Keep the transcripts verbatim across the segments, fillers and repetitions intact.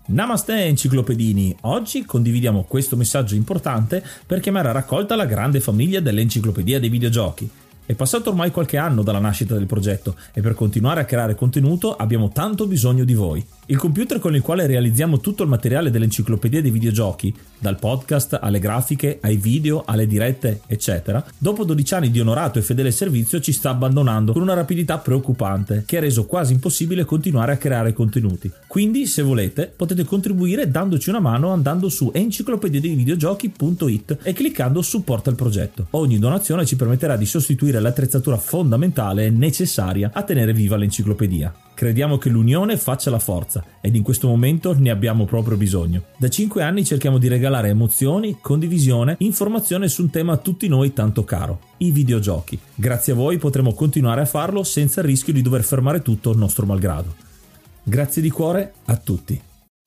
Namaste enciclopedini, oggi condividiamo questo messaggio importante per chiamare a raccolta la grande famiglia dell'Enciclopedia dei Videogiochi. È passato ormai qualche anno dalla nascita del progetto e per continuare a creare contenuto abbiamo tanto bisogno di voi. Il computer con il quale realizziamo tutto il materiale dell'Enciclopedia dei Videogiochi, dal podcast alle grafiche, ai video, alle dirette, eccetera, dopo dodici anni di onorato e fedele servizio ci sta abbandonando con una rapidità preoccupante che ha reso quasi impossibile continuare a creare contenuti. Quindi, se volete, potete contribuire dandoci una mano andando su enciclopedia dei videogiochi punto it e cliccando supporta il progetto. Ogni donazione ci permetterà di sostituire l'attrezzatura fondamentale e necessaria a tenere viva l'enciclopedia. Crediamo che l'unione faccia la forza ed in questo momento ne abbiamo proprio bisogno. Da cinque anni cerchiamo di regalare emozioni, condivisione, informazione su un tema a tutti noi tanto caro, i videogiochi. Grazie a voi potremo continuare a farlo senza il rischio di dover fermare tutto nostro malgrado. Grazie di cuore a tutti.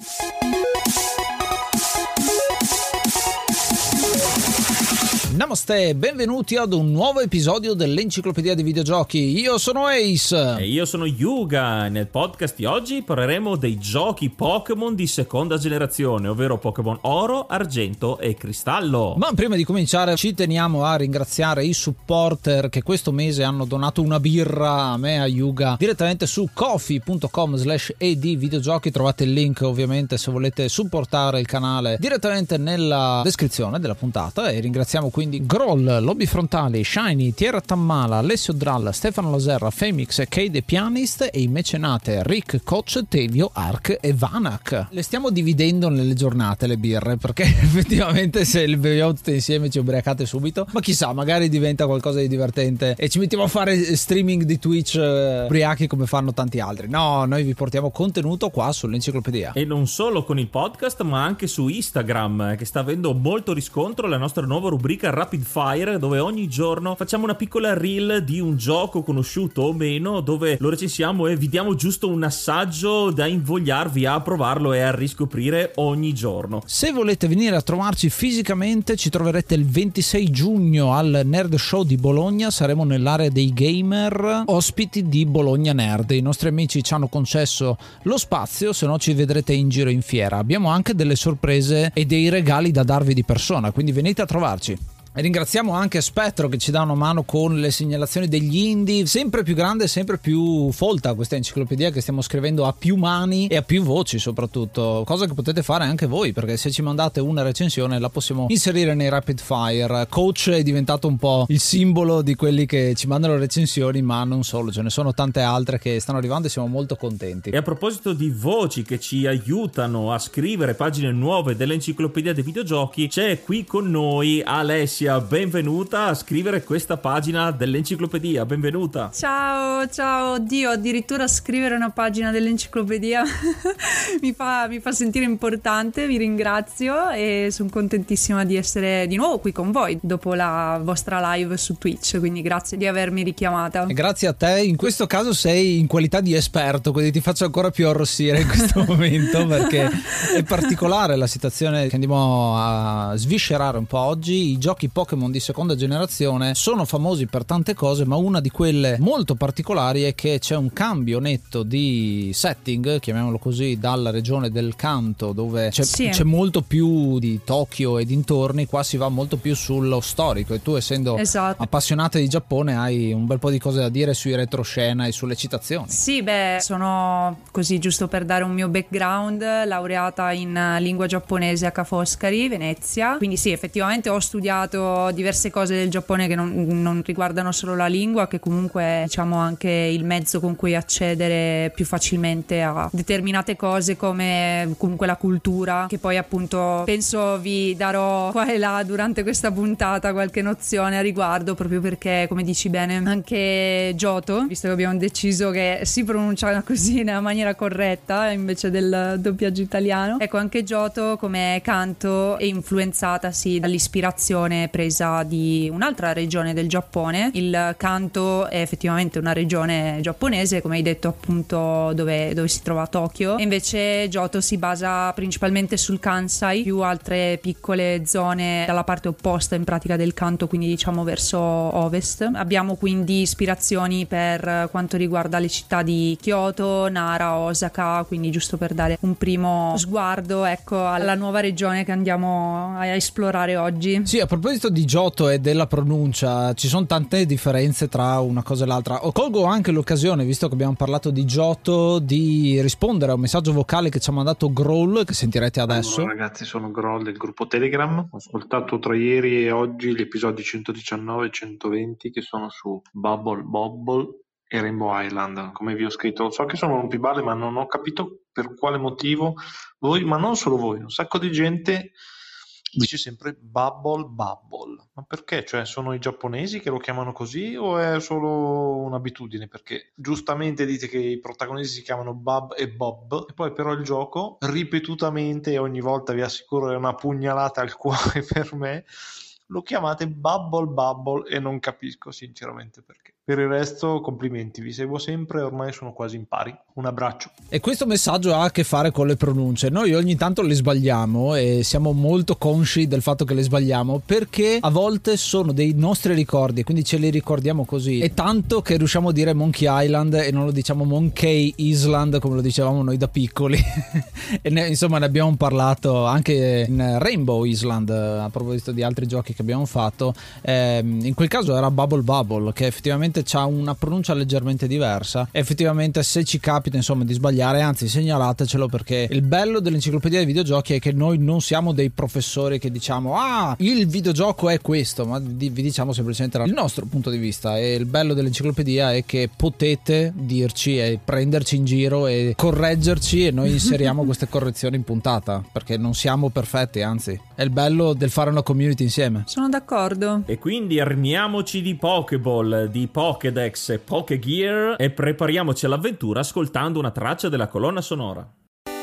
Namaste, benvenuti ad un nuovo episodio dell'Enciclopedia dei Videogiochi. Io sono Ace. E io sono Yuga. Nel podcast di oggi parleremo dei giochi Pokémon di seconda generazione, ovvero Pokémon Oro, Argento e Cristallo. Ma prima di cominciare ci teniamo a ringraziare i supporter che questo mese hanno donato una birra a me e a Yuga direttamente su coffee punto com slash ed videogiochi. Trovate il link ovviamente se volete supportare il canale direttamente nella descrizione della puntata. E ringraziamo quindi Groll, Lobby Frontali, Shiny, Tierra Tammala, Alessio Dralla, Stefano Laserra, Femix, Kade Pianist e i mecenate Rick, Coach, Telio, Ark e Vanak. Le stiamo dividendo nelle giornate le birre perché effettivamente se le beviamo tutte insieme ci ubriacate subito, ma chissà, magari diventa qualcosa di divertente e ci mettiamo a fare streaming di Twitch eh, ubriachi come fanno tanti altri. No, noi vi portiamo contenuto qua sull'Enciclopedia. E non solo con il podcast ma anche su Instagram, che sta avendo molto riscontro la nostra nuova rubrica Rapid Fire, dove ogni giorno facciamo una piccola reel di un gioco conosciuto o meno, dove lo recensiamo e vi diamo giusto un assaggio da invogliarvi a provarlo e a riscoprire ogni giorno. Se volete venire a trovarci fisicamente ci troverete il ventisei giugno al Nerd Show di Bologna. Saremo nell'area dei gamer, ospiti di Bologna Nerd. I nostri amici ci hanno concesso lo spazio, se no ci vedrete in giro in fiera. Abbiamo anche delle sorprese e dei regali da darvi di persona, quindi venite a trovarci. E ringraziamo anche Spettro che ci dà una mano con le segnalazioni degli indie. Sempre più grande e sempre più folta questa enciclopedia che stiamo scrivendo a più mani e a più voci soprattutto, cosa che potete fare anche voi, perché se ci mandate una recensione la possiamo inserire nei rapid fire. Coach è diventato un po' il simbolo di quelli che ci mandano recensioni, ma non solo, ce ne sono tante altre che stanno arrivando e siamo molto contenti. E a proposito di voci che ci aiutano a scrivere pagine nuove dell'Enciclopedia dei Videogiochi, c'è qui con noi Alessia. Benvenuta a scrivere questa pagina dell'enciclopedia, benvenuta. Ciao, ciao, oddio, addirittura scrivere una pagina dell'enciclopedia mi, fa, mi fa sentire importante, vi ringrazio e sono contentissima di essere di nuovo qui con voi dopo la vostra live su Twitch, quindi grazie di avermi richiamata. E grazie a te, in questo caso sei in qualità di esperto, quindi ti faccio ancora più arrossire in questo momento perché è particolare la situazione che andiamo a sviscerare un po' oggi. I giochi Pokémon di seconda generazione sono famosi per tante cose, ma una di quelle molto particolari è che c'è un cambio netto di setting, chiamiamolo così, dalla regione del Kanto, dove c'è, sì. c'è molto più di Tokyo e dintorni. Qua si va molto più sullo storico e tu, essendo esatto. appassionata di Giappone, hai un bel po' di cose da dire sui retroscena e sulle citazioni. Sì, beh, sono così, giusto per dare un mio background, laureata in lingua giapponese a Ca' Foscari, Venezia, quindi sì, effettivamente ho studiato diverse cose del Giappone che non, non riguardano solo la lingua, che comunque è, diciamo, anche il mezzo con cui accedere più facilmente a determinate cose, come comunque la cultura, che poi appunto penso vi darò qua e là durante questa puntata qualche nozione a riguardo, proprio perché, come dici bene, anche Johto, visto che abbiamo deciso che si pronuncia così nella maniera corretta invece del doppiaggio italiano, ecco, anche Johto come canto è influenzata sì dall'ispirazione presa di un'altra regione del Giappone. Il Kanto è effettivamente una regione giapponese, come hai detto, appunto dove, dove si trova Tokyo, e invece Johto si basa principalmente sul Kansai, più altre piccole zone dalla parte opposta in pratica del Kanto, quindi diciamo verso ovest. Abbiamo quindi ispirazioni per quanto riguarda le città di Kyoto, Nara, Osaka, quindi giusto per dare un primo sguardo, ecco, alla nuova regione che andiamo a esplorare oggi. Sì, a proposito di Johto e della pronuncia, ci sono tante differenze tra una cosa e l'altra. O colgo anche l'occasione, visto che abbiamo parlato di Johto, di rispondere a un messaggio vocale che ci ha mandato Growl, che sentirete adesso. Allora, ragazzi, sono Growl del gruppo Telegram. Ho ascoltato tra ieri e oggi gli episodi centodiciannove e centoventi che sono su Bubble Bobble e Rainbow Island. Come vi ho scritto, so che sono rompiballe, ma non ho capito per quale motivo voi, ma non solo voi, un sacco di gente dice sempre Bubble Bubble. Ma perché? Cioè, sono i giapponesi che lo chiamano così o è solo un'abitudine? Perché giustamente dite che i protagonisti si chiamano Bub e Bob, e poi però il gioco ripetutamente, ogni volta vi assicuro è una pugnalata al cuore per me, lo chiamate Bubble Bubble e non capisco sinceramente perché. Per il resto complimenti, vi seguo sempre, ormai sono quasi in pari. Un abbraccio. E questo messaggio ha a che fare con le pronunce. Noi ogni tanto le sbagliamo e siamo molto consci del fatto che le sbagliamo, perché a volte sono dei nostri ricordi, quindi ce li ricordiamo così. E tanto che riusciamo a dire Monkey Island e non lo diciamo Monkey Island come lo dicevamo noi da piccoli. E ne, insomma ne abbiamo parlato anche in Rainbow Island, a proposito di altri giochi che abbiamo fatto. Eh, in quel caso era Bubble Bubble, che effettivamente c'ha una pronuncia leggermente diversa. Effettivamente se ci capita insomma di sbagliare, anzi segnalatecelo, perché il bello dell'enciclopedia dei videogiochi è che noi non siamo dei professori che diciamo ah il videogioco è questo, ma vi diciamo semplicemente il nostro punto di vista. E il bello dell'enciclopedia è che potete dirci e prenderci in giro e correggerci, e noi inseriamo queste correzioni in puntata, perché non siamo perfetti, anzi è il bello del fare una community insieme. Sono d'accordo. E quindi armiamoci di Pokéball, di Pokédex e Pokégear e prepariamoci all'avventura ascoltando una traccia della colonna sonora.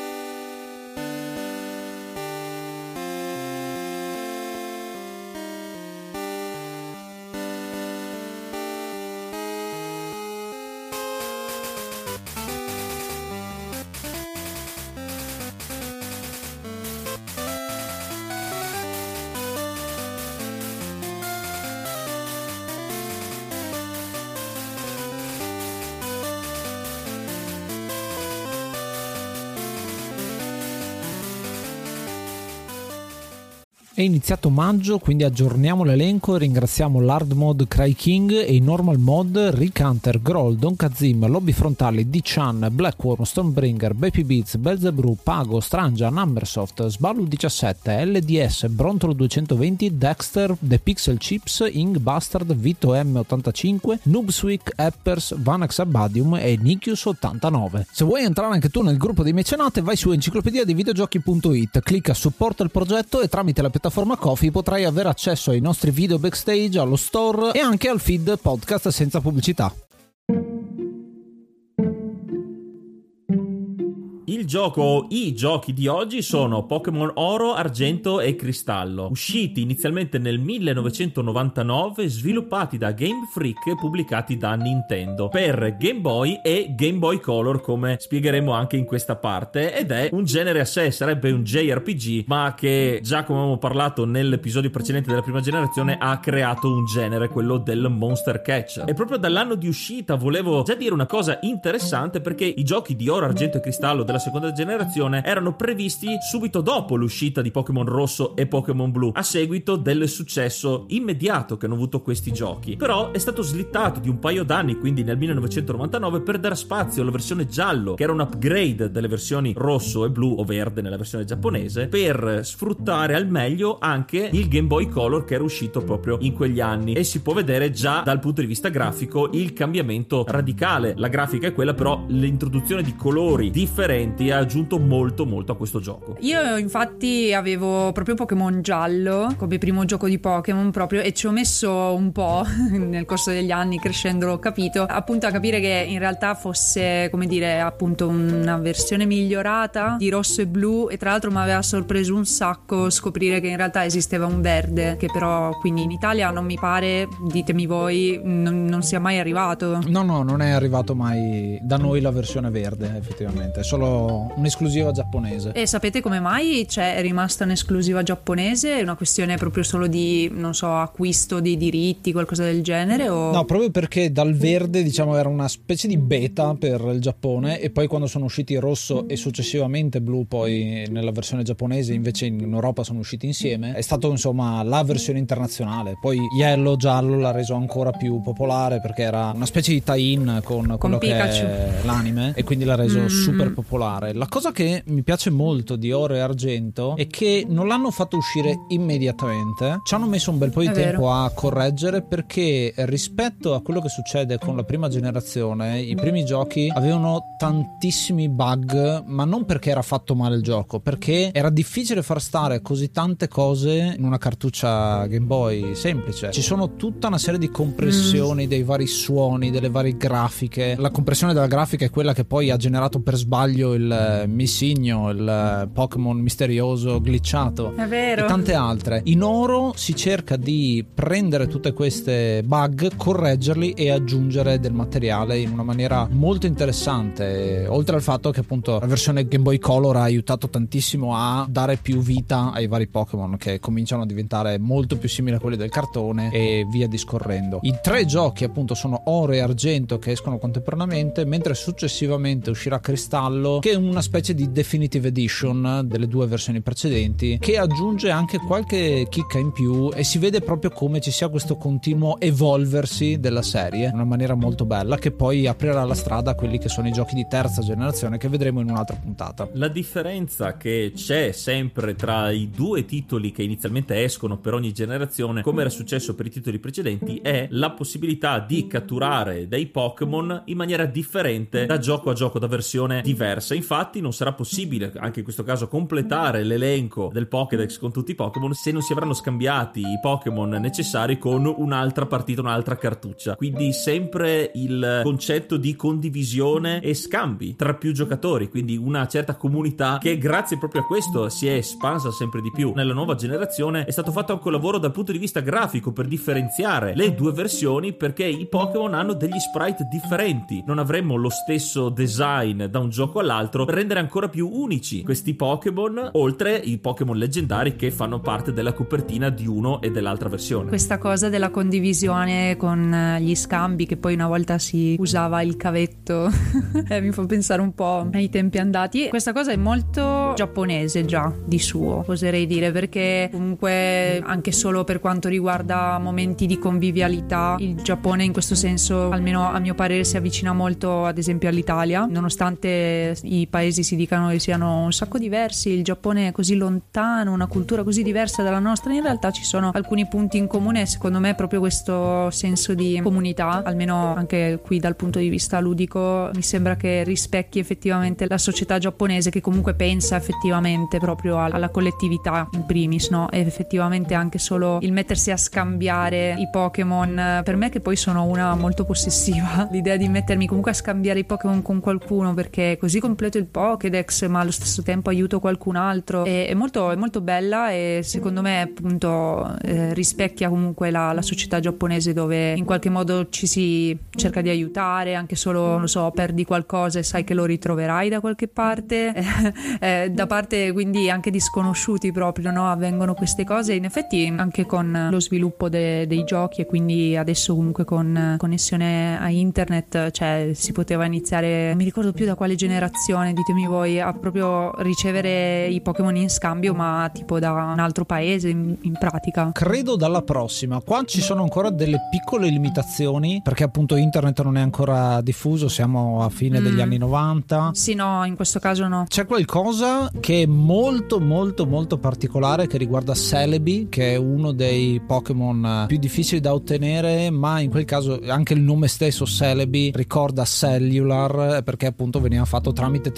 È iniziato maggio, quindi aggiorniamo l'elenco e ringraziamo l'hard mod Cry King e i normal mod Rick Hunter, Groll, Don Kazim, Lobby Frontali, D-Chan, Blackworm, Stonebringer, Baby Beats, Belzebrew, Pago, Strangia, Numbersoft, Sballu diciassette, L D S, Brontolo duecentoventi, Dexter, The Pixel Chips, Ink Bastard, Vito M ottantacinque, Noobswick, Eppers, Vanax Abadium e Nikius ottantanove. Se vuoi entrare anche tu nel gruppo dei mecenate, vai su enciclopedia dei videogiochi punto it, clicca supporta il progetto e tramite la piattaforma Ko-fi potrai avere accesso ai nostri video backstage, allo store e anche al feed podcast senza pubblicità. Il gioco o i giochi di oggi sono Pokémon Oro, Argento e Cristallo, usciti inizialmente nel millenovecentonovantanove, sviluppati da Game Freak e pubblicati da Nintendo per Game Boy e Game Boy Color, come spiegheremo anche in questa parte, ed è un genere a sé, sarebbe un J R P G, ma che già come abbiamo parlato nell'episodio precedente della prima generazione ha creato un genere, quello del Monster Catcher. E proprio dall'anno di uscita volevo già dire una cosa interessante, perché i giochi di Oro, Argento e Cristallo della seconda generazione erano previsti subito dopo l'uscita di Pokémon Rosso e Pokémon Blu, a seguito del successo immediato che hanno avuto questi giochi. Però è stato slittato di un paio d'anni, quindi nel millenovecentonovantanove, per dare spazio alla versione giallo, che era un upgrade delle versioni rosso e blu o verde nella versione giapponese, per sfruttare al meglio anche il Game Boy Color che era uscito proprio in quegli anni. E si può vedere già dal punto di vista grafico il cambiamento radicale. La grafica è quella, però l'introduzione di colori differenti poi ha aggiunto molto molto a questo gioco. Io infatti avevo proprio Pokémon giallo come primo gioco di Pokémon proprio, e ci ho messo un po' nel corso degli anni, crescendo l'ho capito, appunto a capire che in realtà fosse, come dire, appunto una versione migliorata di rosso e blu, e tra l'altro mi aveva sorpreso un sacco scoprire che in realtà esisteva un verde, che però quindi in Italia non mi pare, ditemi voi, non, non sia mai arrivato. No, no, non è arrivato mai da noi la versione verde, effettivamente, è solo un'esclusiva giapponese. E sapete come mai c'è, è rimasta un'esclusiva giapponese? È una questione proprio solo di, non so, acquisto dei diritti, qualcosa del genere? O... No, proprio perché dal verde, diciamo, era una specie di beta per il Giappone, e poi quando sono usciti rosso e successivamente blu poi nella versione giapponese, invece in Europa sono usciti insieme, è stato insomma la versione internazionale. Poi yellow, giallo l'ha reso ancora più popolare perché era una specie di tie-in con, con quello Pikachu, che è l'anime, e quindi l'ha reso mm. super popolare. La cosa che mi piace molto di Oro e Argento è che non l'hanno fatto uscire immediatamente, ci hanno messo un bel po' di è tempo vero. a correggere, perché rispetto a quello che succede con la prima generazione, i primi giochi avevano tantissimi bug, ma non perché era fatto male il gioco, perché era difficile far stare così tante cose in una cartuccia Game Boy semplice. Ci sono tutta una serie di compressioni mm. dei vari suoni, delle varie grafiche. La compressione della grafica è quella che poi ha generato per sbaglio il Missigno, il Pokémon misterioso glitchato, è vero, e tante altre. In Oro si cerca di prendere tutte queste bug, correggerli e aggiungere del materiale in una maniera molto interessante, oltre al fatto che appunto la versione Game Boy Color ha aiutato tantissimo a dare più vita ai vari Pokémon, che cominciano a diventare molto più simili a quelli del cartone e via discorrendo. I tre giochi appunto sono Oro e Argento, che escono contemporaneamente, mentre successivamente uscirà Cristallo, che è una specie di Definitive Edition delle due versioni precedenti, che aggiunge anche qualche chicca in più, e si vede proprio come ci sia questo continuo evolversi della serie in una maniera molto bella, che poi aprirà la strada a quelli che sono i giochi di terza generazione, che vedremo in un'altra puntata. La differenza che c'è sempre tra i due titoli che inizialmente escono per ogni generazione, come era successo per i titoli precedenti, è la possibilità di catturare dei Pokémon in maniera differente da gioco a gioco, da versione diversa. Infatti non sarà possibile anche in questo caso completare l'elenco del Pokédex con tutti i Pokémon se non si avranno scambiati i Pokémon necessari con un'altra partita, un'altra cartuccia. Quindi sempre il concetto di condivisione e scambi tra più giocatori, quindi una certa comunità che grazie proprio a questo si è espansa sempre di più. Nella nuova generazione è stato fatto anche un lavoro dal punto di vista grafico per differenziare le due versioni, perché i Pokémon hanno degli sprite differenti, non avremmo lo stesso design da un gioco all'altro, per rendere ancora più unici questi Pokémon, oltre i Pokémon leggendari che fanno parte della copertina di uno e dell'altra versione. Questa cosa della condivisione con gli scambi, che poi una volta si usava il cavetto eh, mi fa pensare un po' ai tempi andati. Questa cosa è molto giapponese già di suo, oserei dire, perché comunque anche solo per quanto riguarda momenti di convivialità, il Giappone in questo senso, almeno a mio parere, si avvicina molto ad esempio all'Italia, nonostante i paesi si dicano che siano un sacco diversi. Il Giappone è così lontano, una cultura così diversa dalla nostra, in realtà ci sono alcuni punti in comune, e secondo me proprio questo senso di comunità, almeno anche qui dal punto di vista ludico, mi sembra che rispecchi effettivamente la società giapponese, che comunque pensa effettivamente proprio alla collettività in primis, no? E effettivamente anche solo il mettersi a scambiare i Pokémon, per me che poi sono una molto possessiva, l'idea di mettermi comunque a scambiare i Pokémon con qualcuno, perché così completo il Pokédex ma allo stesso tempo aiuto qualcun altro, è, è, molto, è molto bella, e secondo me appunto eh, rispecchia comunque la, la società giapponese, dove in qualche modo ci si cerca di aiutare, anche solo, non so, perdi qualcosa e sai che lo ritroverai da qualche parte, eh, da parte quindi anche di sconosciuti proprio, no? Avvengono queste cose, in effetti anche con lo sviluppo de, dei giochi, e quindi adesso comunque con connessione a internet, cioè si poteva iniziare, non mi ricordo più da quale generazione, ditemi voi, a proprio ricevere i Pokémon in scambio, ma tipo da un altro paese in, in pratica. Credo dalla prossima. Qua ci sono ancora delle piccole limitazioni, perché appunto internet non è ancora diffuso, siamo a fine mm. degli anni novanta. Sì, no, in questo caso no. C'è qualcosa che è molto molto molto particolare, che riguarda Celebi, che è uno dei Pokémon più difficili da ottenere, ma in quel caso anche il nome stesso Celebi ricorda cellular, perché appunto veniva fatto tramite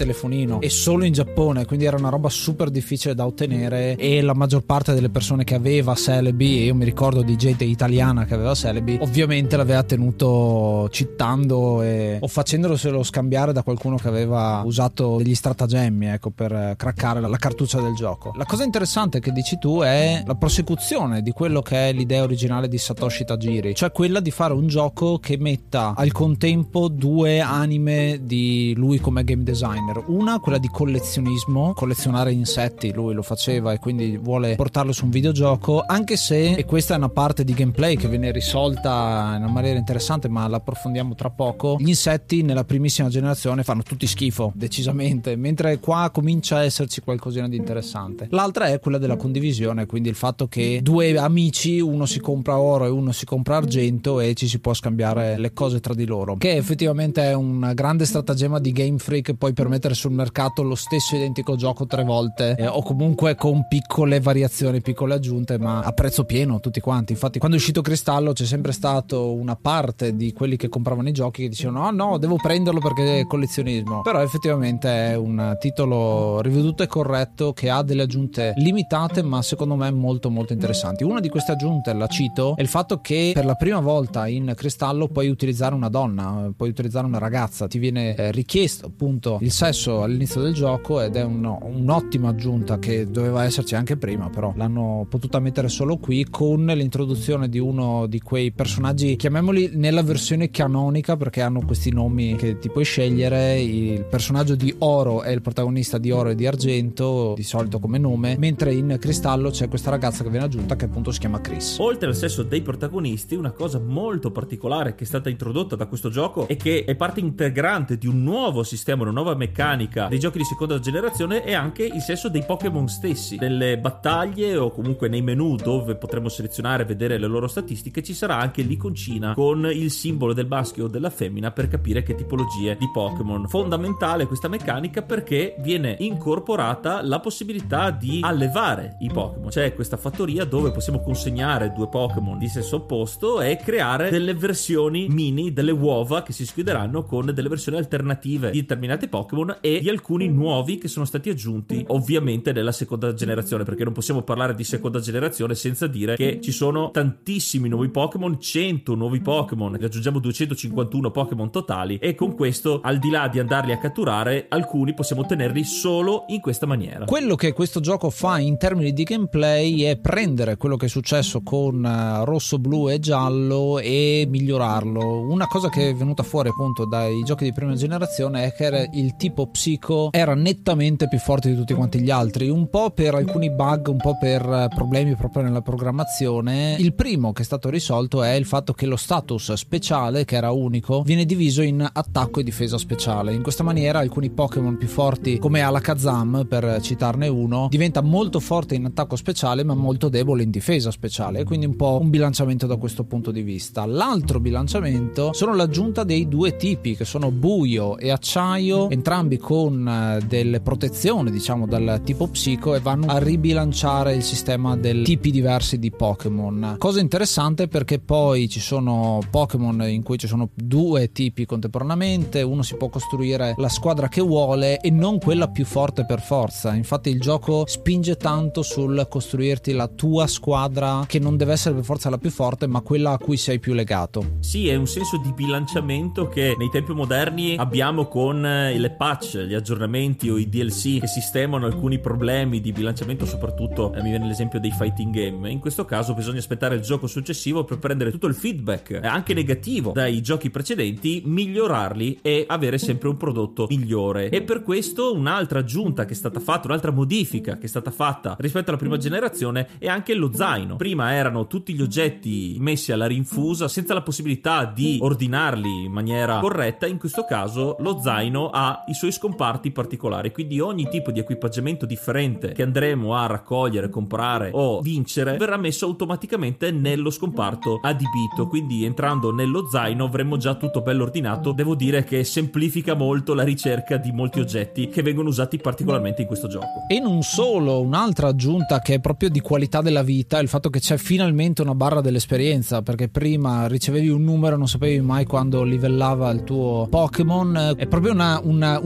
telefonino e solo in Giappone, quindi era una roba super difficile da ottenere, e la maggior parte delle persone che aveva Celebi, e io mi ricordo di gente italiana che aveva Celebi, ovviamente l'aveva tenuto citando e, o facendoselo scambiare da qualcuno che aveva usato degli stratagemmi, ecco, per craccare la, la cartuccia del gioco. La cosa interessante che dici tu è la prosecuzione di quello che è l'idea originale di Satoshi Tajiri, cioè quella di fare un gioco che metta al contempo due anime di lui come game designer. Una, quella di collezionismo, collezionare insetti, lui lo faceva e quindi vuole portarlo su un videogioco, anche se, e questa è una parte di gameplay che viene risolta in una maniera interessante ma la approfondiamo tra poco, gli insetti nella primissima generazione fanno tutti schifo, decisamente, mentre qua comincia a esserci qualcosina di interessante. L'altra è quella della condivisione, quindi il fatto che due amici, uno si compra oro e uno si compra argento e ci si può scambiare le cose tra di loro, che effettivamente è un grande stratagemma di Game Freak, poi per mettere sul mercato lo stesso identico gioco tre volte, eh, o comunque con piccole variazioni, piccole aggiunte, ma a prezzo pieno tutti quanti. Infatti quando è uscito Cristallo c'è sempre stato una parte di quelli che compravano i giochi che dicevano: no no, devo prenderlo perché è collezionismo. Però effettivamente è un titolo riveduto e corretto che ha delle aggiunte limitate ma secondo me molto molto interessanti. Una di queste aggiunte, la cito, è il fatto che per la prima volta in Cristallo puoi utilizzare una donna, puoi utilizzare una ragazza, ti viene eh, richiesto appunto il sesso all'inizio del gioco, ed è un, un'ottima aggiunta che doveva esserci anche prima, però l'hanno potuta mettere solo qui con l'introduzione di uno di quei personaggi, chiamiamoli nella versione canonica perché hanno questi nomi che ti puoi scegliere. Il personaggio di Oro è il protagonista di Oro e di Argento, di solito come nome, mentre in Cristallo c'è questa ragazza che viene aggiunta che appunto si chiama Chris. Oltre al sesso dei protagonisti, una cosa molto particolare che è stata introdotta da questo gioco e che è parte integrante di un nuovo sistema, una nuova meccanica dei giochi di seconda generazione, è anche il sesso dei Pokémon stessi. Nelle battaglie o comunque nei menu dove potremo selezionare e vedere le loro statistiche ci sarà anche l'iconcina con il simbolo del maschio o della femmina per capire che tipologie di Pokémon. Fondamentale questa meccanica perché viene incorporata la possibilità di allevare i Pokémon. C'è questa fattoria dove possiamo consegnare due Pokémon di sesso opposto e creare delle versioni mini, delle uova che si schiuderanno con delle versioni alternative di determinati Pokémon e di alcuni nuovi che sono stati aggiunti ovviamente nella seconda generazione, perché non possiamo parlare di seconda generazione senza dire che ci sono tantissimi nuovi Pokémon, cento nuovi Pokémon, aggiungiamo duecentocinquantuno Pokémon totali, e con questo, al di là di andarli a catturare, alcuni possiamo ottenerli solo in questa maniera. Quello che questo gioco fa in termini di gameplay è prendere quello che è successo con uh, rosso, blu e giallo e migliorarlo. Una cosa che è venuta fuori appunto dai giochi di prima generazione è che era il tipo psico era nettamente più forte di tutti quanti gli altri, un po' per alcuni bug, un po' per uh, problemi proprio nella programmazione. Il primo che è stato risolto è il fatto che lo status speciale, che era unico, viene diviso in attacco e difesa speciale. In questa maniera alcuni Pokémon più forti, come Alakazam per citarne uno, diventa molto forte in attacco speciale ma molto debole in difesa speciale, quindi un po' un bilanciamento da questo punto di vista. L'altro bilanciamento sono l'aggiunta dei due tipi che sono buio e acciaio, entrambi con delle protezioni diciamo dal tipo psico, e vanno a ribilanciare il sistema dei tipi diversi di Pokémon. Cosa interessante perché poi ci sono Pokémon in cui ci sono due tipi contemporaneamente, uno si può costruire la squadra che vuole e non quella più forte per forza. Infatti il gioco spinge tanto sul costruirti la tua squadra, che non deve essere per forza la più forte ma quella a cui sei più legato. Sì, è un senso di bilanciamento che nei tempi moderni abbiamo con le patch, gli aggiornamenti o i D L C che sistemano alcuni problemi di bilanciamento, soprattutto eh, mi viene l'esempio dei fighting game. In questo caso bisogna aspettare il gioco successivo per prendere tutto il feedback eh, anche negativo dai giochi precedenti, migliorarli e avere sempre un prodotto migliore. E per questo un'altra aggiunta che è stata fatta, un'altra modifica che è stata fatta rispetto alla prima generazione è anche lo zaino. Prima erano tutti gli oggetti messi alla rinfusa senza la possibilità di ordinarli in maniera corretta. In questo caso lo zaino ha i suoi scomparti particolari, quindi ogni tipo di equipaggiamento differente che andremo a raccogliere, comprare o vincere verrà messo automaticamente nello scomparto adibito, quindi entrando nello zaino avremo già tutto bello ordinato. Devo dire che semplifica molto la ricerca di molti oggetti che vengono usati particolarmente in questo gioco. E non solo, un'altra aggiunta che è proprio di qualità della vita è il fatto che c'è finalmente una barra dell'esperienza, perché prima ricevevi un numero, non sapevi mai quando livellava il tuo Pokémon. È proprio una, una,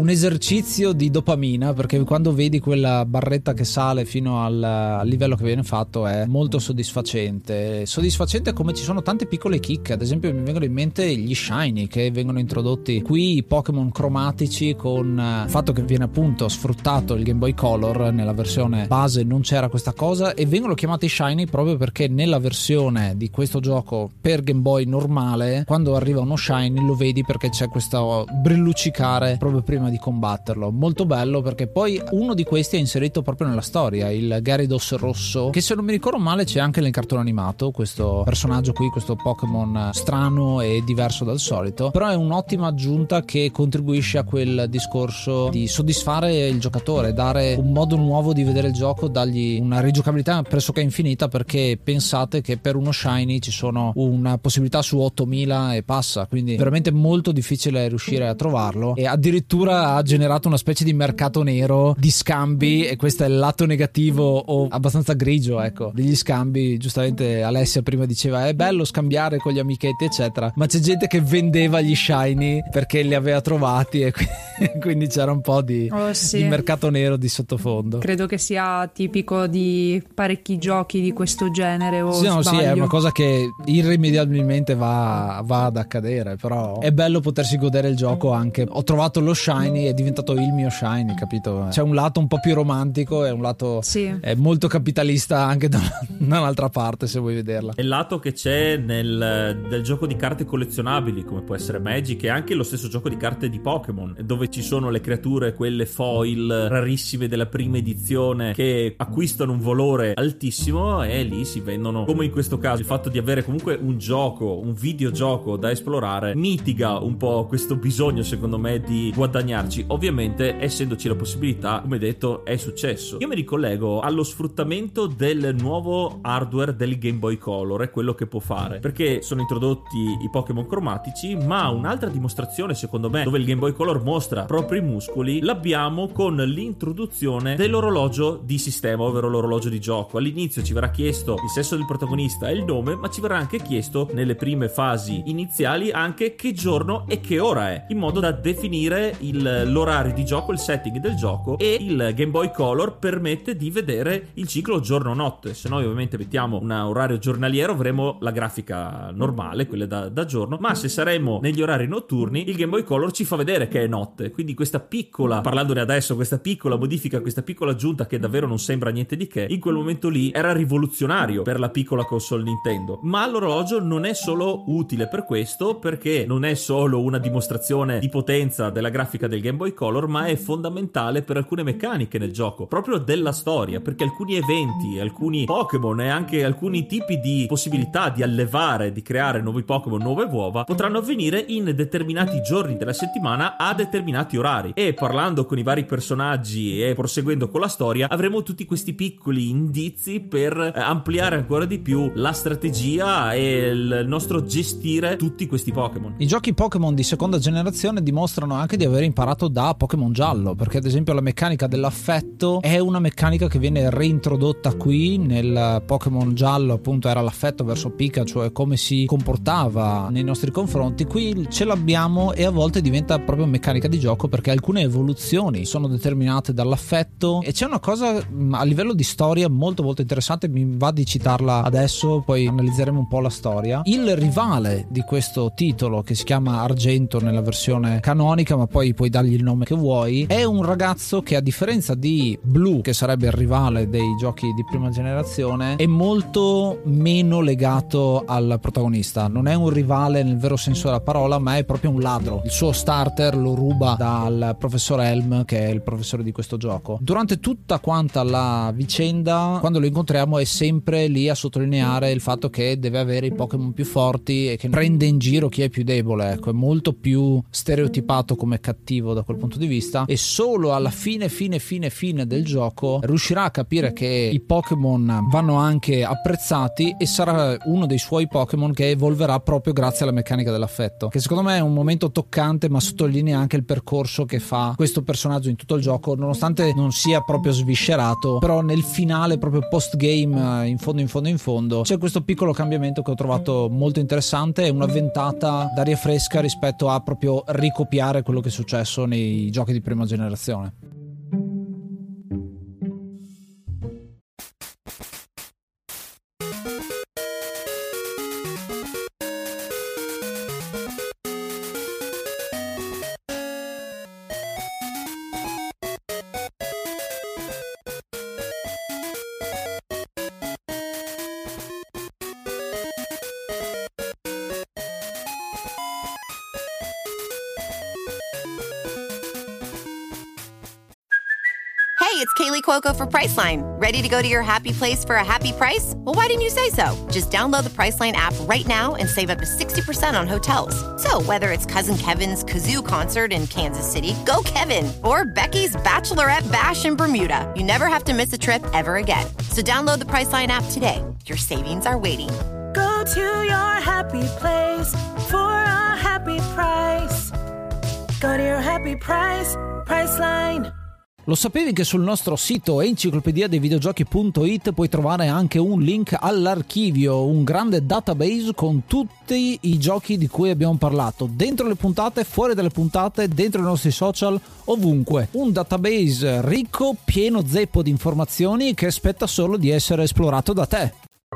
un esercizio di dopamina, perché quando vedi quella barretta che sale fino al, al livello che viene fatto è molto soddisfacente. Soddisfacente come ci sono tante piccole chicche, ad esempio mi vengono in mente gli shiny che vengono introdotti qui, i Pokémon cromatici, con il fatto che viene appunto sfruttato il Game Boy Color. Nella versione base non c'era questa cosa e vengono chiamati shiny proprio perché nella versione di questo gioco per Game Boy normale, quando arriva uno shiny lo vedi perché c'è questo brilluccicare proprio prima di combatterlo. Molto bello, perché poi uno di questi è inserito proprio nella storia, il Gyarados rosso, che se non mi ricordo male c'è anche nel cartone animato questo personaggio qui, questo Pokémon strano e diverso dal solito, però è un'ottima aggiunta che contribuisce a quel discorso di soddisfare il giocatore, dare un modo nuovo di vedere il gioco, dargli una rigiocabilità pressoché infinita, perché pensate che per uno shiny ci sono una possibilità su ottomila e passa, quindi veramente molto difficile riuscire a trovarlo, e addirittura ha generato una specie di mercato nero di scambi, e questo è il lato negativo o abbastanza grigio, ecco, degli scambi. Giustamente Alessia prima diceva è bello scambiare con gli amichetti eccetera, ma c'è gente che vendeva gli shiny perché li aveva trovati e quindi c'era un po' di, oh, sì. di mercato nero di sottofondo. Credo che sia tipico di parecchi giochi di questo genere, o sì, no, sbaglio? Sì, è una cosa che irrimediabilmente va, va ad accadere, però è bello potersi godere il gioco anche. Ho trovato lo shiny, è diventato il mio shiny, capito? C'è un lato un po' più romantico e un lato sì. è molto capitalista anche da un'altra parte, se vuoi vederla. È il lato che c'è nel, nel gioco di carte collezionabili, come può essere Magic, e anche lo stesso gioco di carte di Pokémon, dove ci sono le creature, quelle foil rarissime della prima edizione, che acquistano un valore altissimo e lì si vendono, come in questo caso. Il fatto di avere comunque un gioco, un videogioco da esplorare mitiga un po' questo bisogno, secondo me, di guadagnarci. Ovviamente, essendoci la possibilità, come detto, è successo. Io mi ricollego allo sfruttamento del nuovo hardware del Game Boy Color e quello che può fare, perché sono introdotti i Pokémon cromatici, ma un'altra dimostrazione, secondo me, dove il Game Boy Color mostra proprio i muscoli, l'abbiamo con l'introduzione dell'orologio di sistema, ovvero l'orologio di gioco. All'inizio ci verrà chiesto il sesso del protagonista e il nome, ma ci verrà anche chiesto nelle prime fasi iniziali anche che giorno e che ora è, in modo da definire il, l'orario di gioco, il setting del gioco, e il Game Boy Color permette di vedere il ciclo giorno-notte. Se noi ovviamente mettiamo un orario giornaliero avremo la grafica normale, quella da, da giorno, ma se saremo negli orari notturni il Game Boy Color ci fa vedere che è notte. Quindi questa piccola, parlandone adesso, questa piccola modifica, questa piccola aggiunta che davvero non sembra niente di che, in quel momento lì era rivoluzionario per la piccola console Nintendo. Ma l'orologio non è solo utile per questo, perché non è solo una dimostrazione di potenza della grafica del Game Boy Color, ma è fondamentale per alcune meccaniche nel gioco, proprio della storia, perché alcuni eventi, alcuni Pokémon e anche alcuni tipi di possibilità di allevare, di creare nuovi Pokémon, nuove uova, potranno avvenire in determinati giorni della settimana a determinati orari. E parlando con i vari personaggi e proseguendo con la storia, avremo tutti questi piccoli indizi per ampliare ancora di più la strategia e il nostro gestire tutti questi Pokémon. I giochi Pokémon di seconda generazione dimostrano anche di aver imparato da Pokémon giallo, perché ad esempio la meccanica dell'affetto è una meccanica che viene reintrodotta qui. Nel Pokémon giallo appunto era l'affetto verso Pikachu e come si comportava nei nostri confronti. Qui ce l'abbiamo e a volte diventa proprio meccanica di gioco, perché alcune evoluzioni sono determinate dall'affetto. E c'è una cosa a livello di storia molto molto interessante, mi va di citarla adesso, poi analizzeremo un po' la storia. Il rivale di questo titolo, che si chiama Argento nella versione canonica, ma poi puoi dargli il nome che vuoi, è un ragazzo che, a differenza di Blue, che sarebbe il rivale dei giochi di prima generazione, è molto meno legato al protagonista. Non è un rivale nel vero senso della parola, ma è proprio un ladro. Il suo starter lo ruba dal professor Helm, che è il professore di questo gioco. Durante tutta quanta la vicenda, quando lo incontriamo, è sempre lì a sottolineare il fatto che deve avere i Pokémon più forti e che prende in giro chi è più debole. Ecco, è molto più stereotipato come cattivo da quel punto di vista, e solo alla fine fine fine fine del gioco riuscirà a capire che i Pokémon vanno anche apprezzati, e sarà uno dei suoi Pokémon che evolverà proprio grazie alla meccanica dell'affetto, che secondo me è un momento toccante, ma sottolinea anche il percorso che fa questo personaggio in tutto il gioco, nonostante non sia proprio sviscerato. Però nel finale, proprio post game, in fondo in fondo in fondo, c'è questo piccolo cambiamento che ho trovato molto interessante. È una ventata d'aria fresca rispetto a proprio ricopiare quello che è successo successo nei giochi di prima generazione. Hey, it's Kaylee Cuoco for Priceline. Ready to go to your happy place for a happy price? Well, why didn't you say so? Just download the Priceline app right now and save up to sixty percent on hotels. So whether it's Cousin Kevin's Kazoo Concert in Kansas City, go Kevin, or Becky's Bachelorette Bash in Bermuda, you never have to miss a trip ever again. So download the Priceline app today. Your savings are waiting. Go to your happy place for a happy price. Go to your happy price, Priceline. Lo sapevi che sul nostro sito enciclopedia dei videogiochi punto it puoi trovare anche un link all'archivio, un grande database con tutti i giochi di cui abbiamo parlato, dentro le puntate, fuori dalle puntate, dentro i nostri social, ovunque. Un database ricco, pieno zeppo di informazioni che aspetta solo di essere esplorato da te.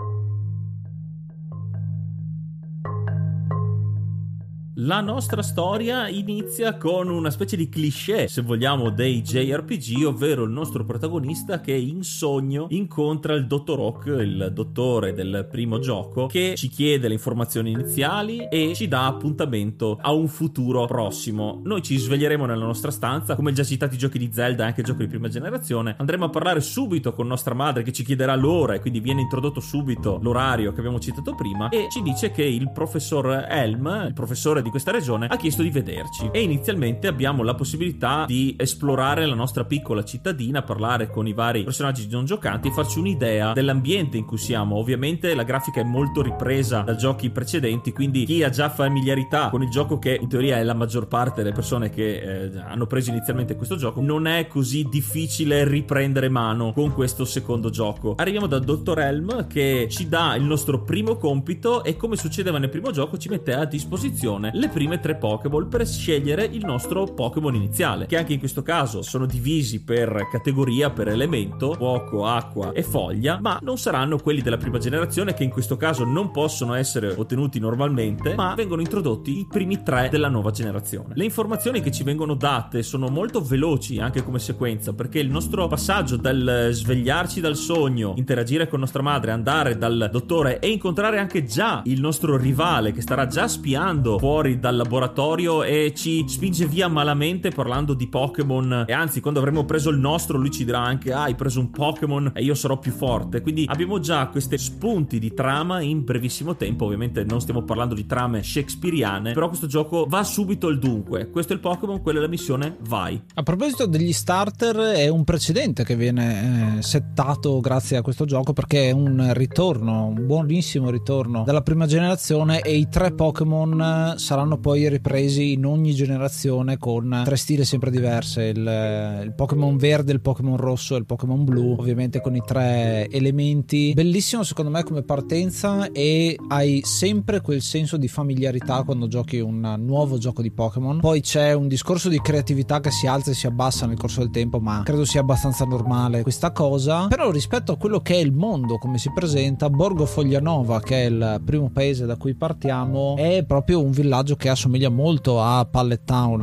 La nostra storia inizia con una specie di cliché, se vogliamo, dei J R P G, ovvero il nostro protagonista che in sogno incontra il dottor Oak, il dottore del primo gioco, che ci chiede le informazioni iniziali e ci dà appuntamento a un futuro prossimo. Noi ci sveglieremo nella nostra stanza, come già citati giochi di Zelda e anche giochi di prima generazione. Andremo a parlare subito con nostra madre che ci chiederà l'ora e quindi viene introdotto subito l'orario che abbiamo citato prima e ci dice che il professor Helm, il professore di questa regione, ha chiesto di vederci e inizialmente abbiamo la possibilità di esplorare la nostra piccola cittadina, parlare con i vari personaggi non giocanti e farci un'idea dell'ambiente in cui siamo. Ovviamente la grafica è molto ripresa da giochi precedenti, quindi chi ha già familiarità con il gioco, che in teoria è la maggior parte delle persone che eh, hanno preso inizialmente questo gioco, non è così difficile riprendere mano con questo secondo gioco. Arriviamo da dottor Helm che ci dà il nostro primo compito e, come succedeva nel primo gioco, ci mette a disposizione le prime tre Pokéball per scegliere il nostro Pokémon iniziale, che anche in questo caso sono divisi per categoria, per elemento, fuoco, acqua e foglia, ma non saranno quelli della prima generazione, che in questo caso non possono essere ottenuti normalmente, ma vengono introdotti i primi tre della nuova generazione. Le informazioni che ci vengono date sono molto veloci anche come sequenza, perché il nostro passaggio dal svegliarci dal sogno, interagire con nostra madre, andare dal dottore e incontrare anche già il nostro rivale che starà già spiando fuori dal laboratorio e ci spinge via malamente parlando di Pokémon, e anzi quando avremo preso il nostro lui ci dirà anche: ah, hai preso un Pokémon e io sarò più forte. Quindi abbiamo già questi spunti di trama in brevissimo tempo. Ovviamente non stiamo parlando di trame shakespeariane, però questo gioco va subito al dunque. Questo è il Pokémon, quella è la missione, vai. A proposito degli starter, è un precedente che viene eh, settato grazie a questo gioco, perché è un ritorno, un buonissimo ritorno dalla prima generazione, e i tre Pokémon saranno poi ripresi in ogni generazione con tre stili sempre diverse: il, il Pokémon verde, il Pokémon rosso e il Pokémon blu, ovviamente con i tre elementi. Bellissimo secondo me come partenza, e hai sempre quel senso di familiarità quando giochi un nuovo gioco di Pokémon. Poi c'è un discorso di creatività che si alza e si abbassa nel corso del tempo, ma credo sia abbastanza normale questa cosa. Però rispetto a quello che è il mondo come si presenta, Borgo Foglianova, che è il primo paese da cui partiamo, è proprio un villaggio che assomiglia molto a Pallet Town,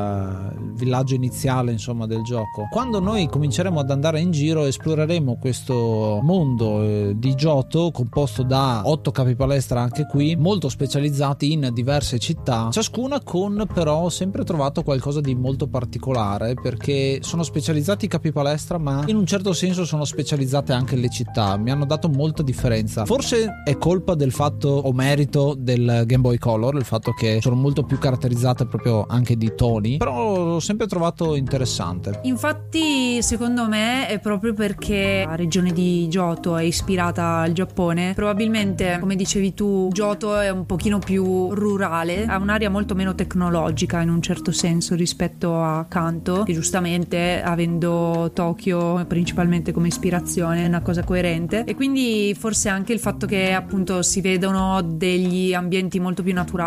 al villaggio iniziale insomma del gioco. Quando noi cominceremo ad andare in giro esploreremo questo mondo eh, di Johto, composto da otto capi palestra anche qui, molto specializzati in diverse città, ciascuna con però sempre trovato qualcosa di molto particolare, perché sono specializzati i capi palestra, ma in un certo senso sono specializzate anche le città. Mi hanno dato molta differenza. Forse è colpa del fatto, o merito del Game Boy Color, il fatto che sono molto più caratterizzate proprio anche di toni, però l'ho sempre trovato interessante. Infatti secondo me è proprio perché la regione di Johto è ispirata al Giappone. Probabilmente, come dicevi tu, Johto è un pochino più rurale, ha un'area molto meno tecnologica in un certo senso rispetto a Kanto, che giustamente, avendo Tokyo principalmente come ispirazione, è una cosa coerente. E quindi forse anche il fatto che appunto si vedono degli ambienti molto più naturali,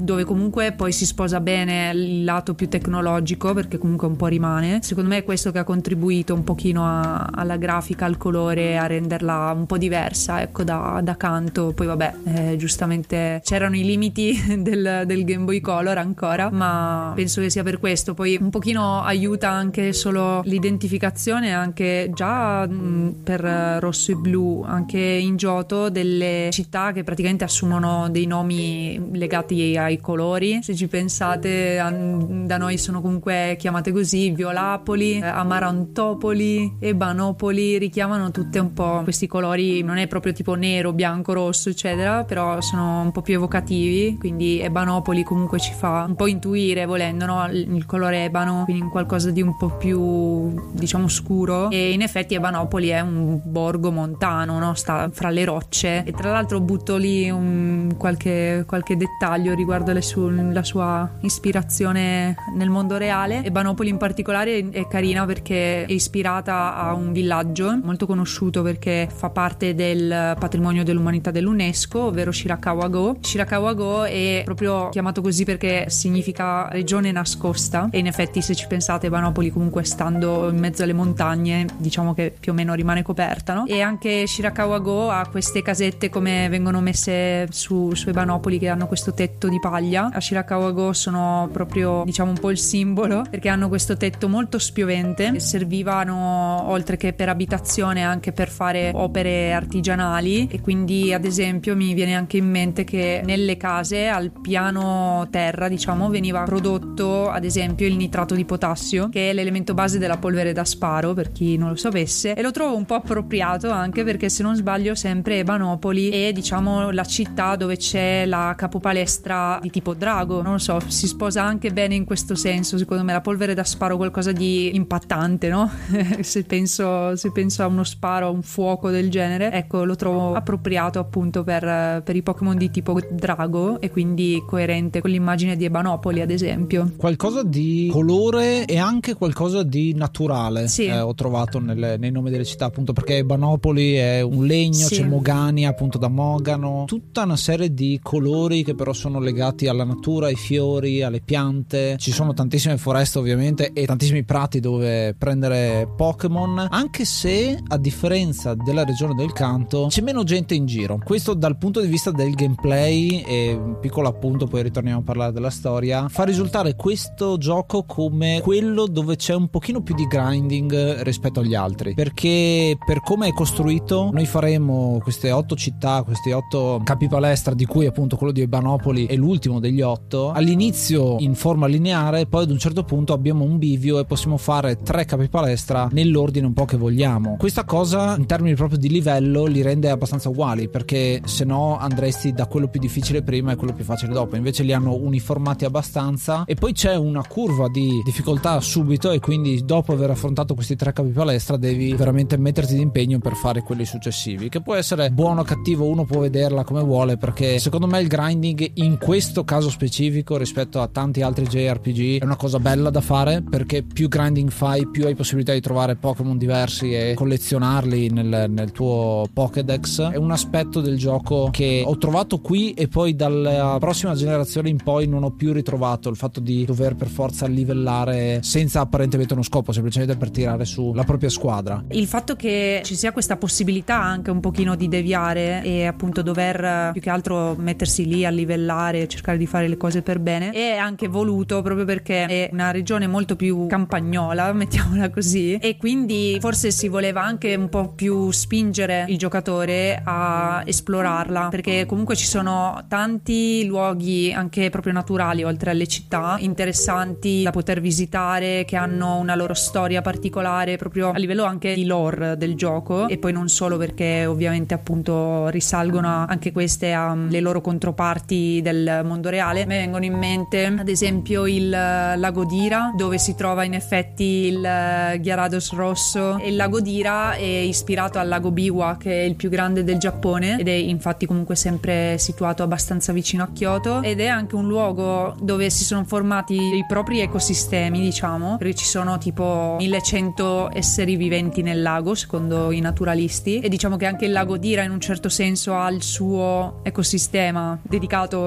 dove comunque poi si sposa bene il lato più tecnologico, perché comunque un po' rimane. Secondo me è questo che ha contribuito un pochino a, alla grafica, al colore, a renderla un po' diversa, ecco, da, da canto. Poi vabbè, eh, giustamente c'erano i limiti del, del Game Boy Color ancora, ma penso che sia per questo. Poi un pochino aiuta anche solo l'identificazione, anche già mh, per rosso e blu, anche in Johto, delle città che praticamente assumono dei nomi legati ai colori. Se ci pensate, da noi sono comunque chiamate così: Violapoli, Amarantopoli, Ebanopoli, richiamano tutte un po' questi colori. Non è proprio tipo nero, bianco, rosso eccetera, però sono un po' più evocativi. Quindi Ebanopoli comunque ci fa un po' intuire, volendo, no? Il colore ebano, quindi qualcosa di un po' più, diciamo, scuro. E in effetti Ebanopoli è un borgo montano, no? Sta fra le rocce. E tra l'altro butto lì un, qualche, qualche dettaglio riguardo le su, la sua ispirazione nel mondo reale. Ebanopoli in particolare è carina perché è ispirata a un villaggio molto conosciuto perché fa parte del patrimonio dell'umanità dell'UNESCO, ovvero Shirakawa-go. Shirakawa-go è proprio chiamato così perché significa regione nascosta, e in effetti, se ci pensate, Ebanopoli comunque, stando in mezzo alle montagne, diciamo che più o meno rimane coperta, no? E anche Shirakawa-go ha queste casette come vengono messe su, su Ebanopoli, che hanno questo tetto di paglia. A Shirakawa-go sono proprio, diciamo, un po' il simbolo, perché hanno questo tetto molto spiovente. Servivano, oltre che per abitazione, anche per fare opere artigianali, e quindi ad esempio mi viene anche in mente che nelle case al piano terra, diciamo, veniva prodotto ad esempio il nitrato di potassio, che è l'elemento base della polvere da sparo, per chi non lo sapesse, e lo trovo un po' appropriato anche perché, se non sbaglio, sempre Ebanopoli è, diciamo, la città dove c'è la capopalestra di tipo drago. Non lo so, si sposa anche bene in questo senso, secondo me. La polvere da sparo è qualcosa di impattante, no? se penso se penso a uno sparo, a un fuoco del genere, ecco, lo trovo appropriato appunto per, per i Pokémon di tipo drago, e quindi coerente con l'immagine di Ebanopoli, ad esempio. Qualcosa di colore e anche qualcosa di naturale, sì. eh, ho trovato nelle, nei nomi delle città, appunto perché Ebanopoli è un legno, sì. C'è Mogania appunto da Mogano, tutta una serie di colori che però sono legati alla natura, ai fiori, alle piante. Ci sono tantissime foreste ovviamente e tantissimi prati dove prendere Pokémon, anche se a differenza della regione del Kanto c'è meno gente in giro. Questo dal punto di vista del gameplay, e un piccolo appunto, poi ritorniamo a parlare della storia, fa risultare questo gioco come quello dove c'è un pochino più di grinding rispetto agli altri, perché per come è costruito noi faremo queste otto città, questi otto capi palestra, di cui appunto quello di Ebanopoli è l'ultimo degli otto, all'inizio in forma lineare, poi ad un certo punto abbiamo un bivio e possiamo fare tre capi palestra nell'ordine un po' che vogliamo. Questa cosa in termini proprio di livello li rende abbastanza uguali, perché se no andresti da quello più difficile prima e quello più facile dopo. Invece li hanno uniformati abbastanza, e poi c'è una curva di difficoltà subito, e quindi dopo aver affrontato questi tre capi palestra devi veramente metterti d'impegno per fare quelli successivi, che può essere buono o cattivo, uno può vederla come vuole, perché secondo me il grinding in questo caso specifico rispetto a tanti altri J R P G è una cosa bella da fare, perché più grinding fai, più hai possibilità di trovare Pokémon diversi e collezionarli nel, nel tuo Pokédex. È un aspetto del gioco che ho trovato qui, e poi dalla prossima generazione in poi non ho più ritrovato il fatto di dover per forza livellare senza apparentemente uno scopo, semplicemente per tirare su la propria squadra. Il fatto che ci sia questa possibilità anche un pochino di deviare e appunto dover più che altro mettersi lì a livellare e cercare di fare le cose per bene è anche voluto, proprio perché è una regione molto più campagnola, mettiamola così, e quindi forse si voleva anche un po' più spingere il giocatore a esplorarla, perché comunque ci sono tanti luoghi anche proprio naturali oltre alle città interessanti da poter visitare, che hanno una loro storia particolare proprio a livello anche di lore del gioco, e poi non solo, perché ovviamente appunto risalgono anche queste alle loro controparti del mondo reale. Mi vengono in mente ad esempio il lago Dira, dove si trova in effetti il Gyarados rosso, e il lago Dira è ispirato al lago Biwa, che è il più grande del Giappone, ed è infatti comunque sempre situato abbastanza vicino a Kyoto, ed è anche un luogo dove si sono formati i propri ecosistemi, diciamo, perché ci sono tipo millecento esseri viventi nel lago secondo i naturalisti, e diciamo che anche il lago Dira in un certo senso ha il suo ecosistema dedicato in particolare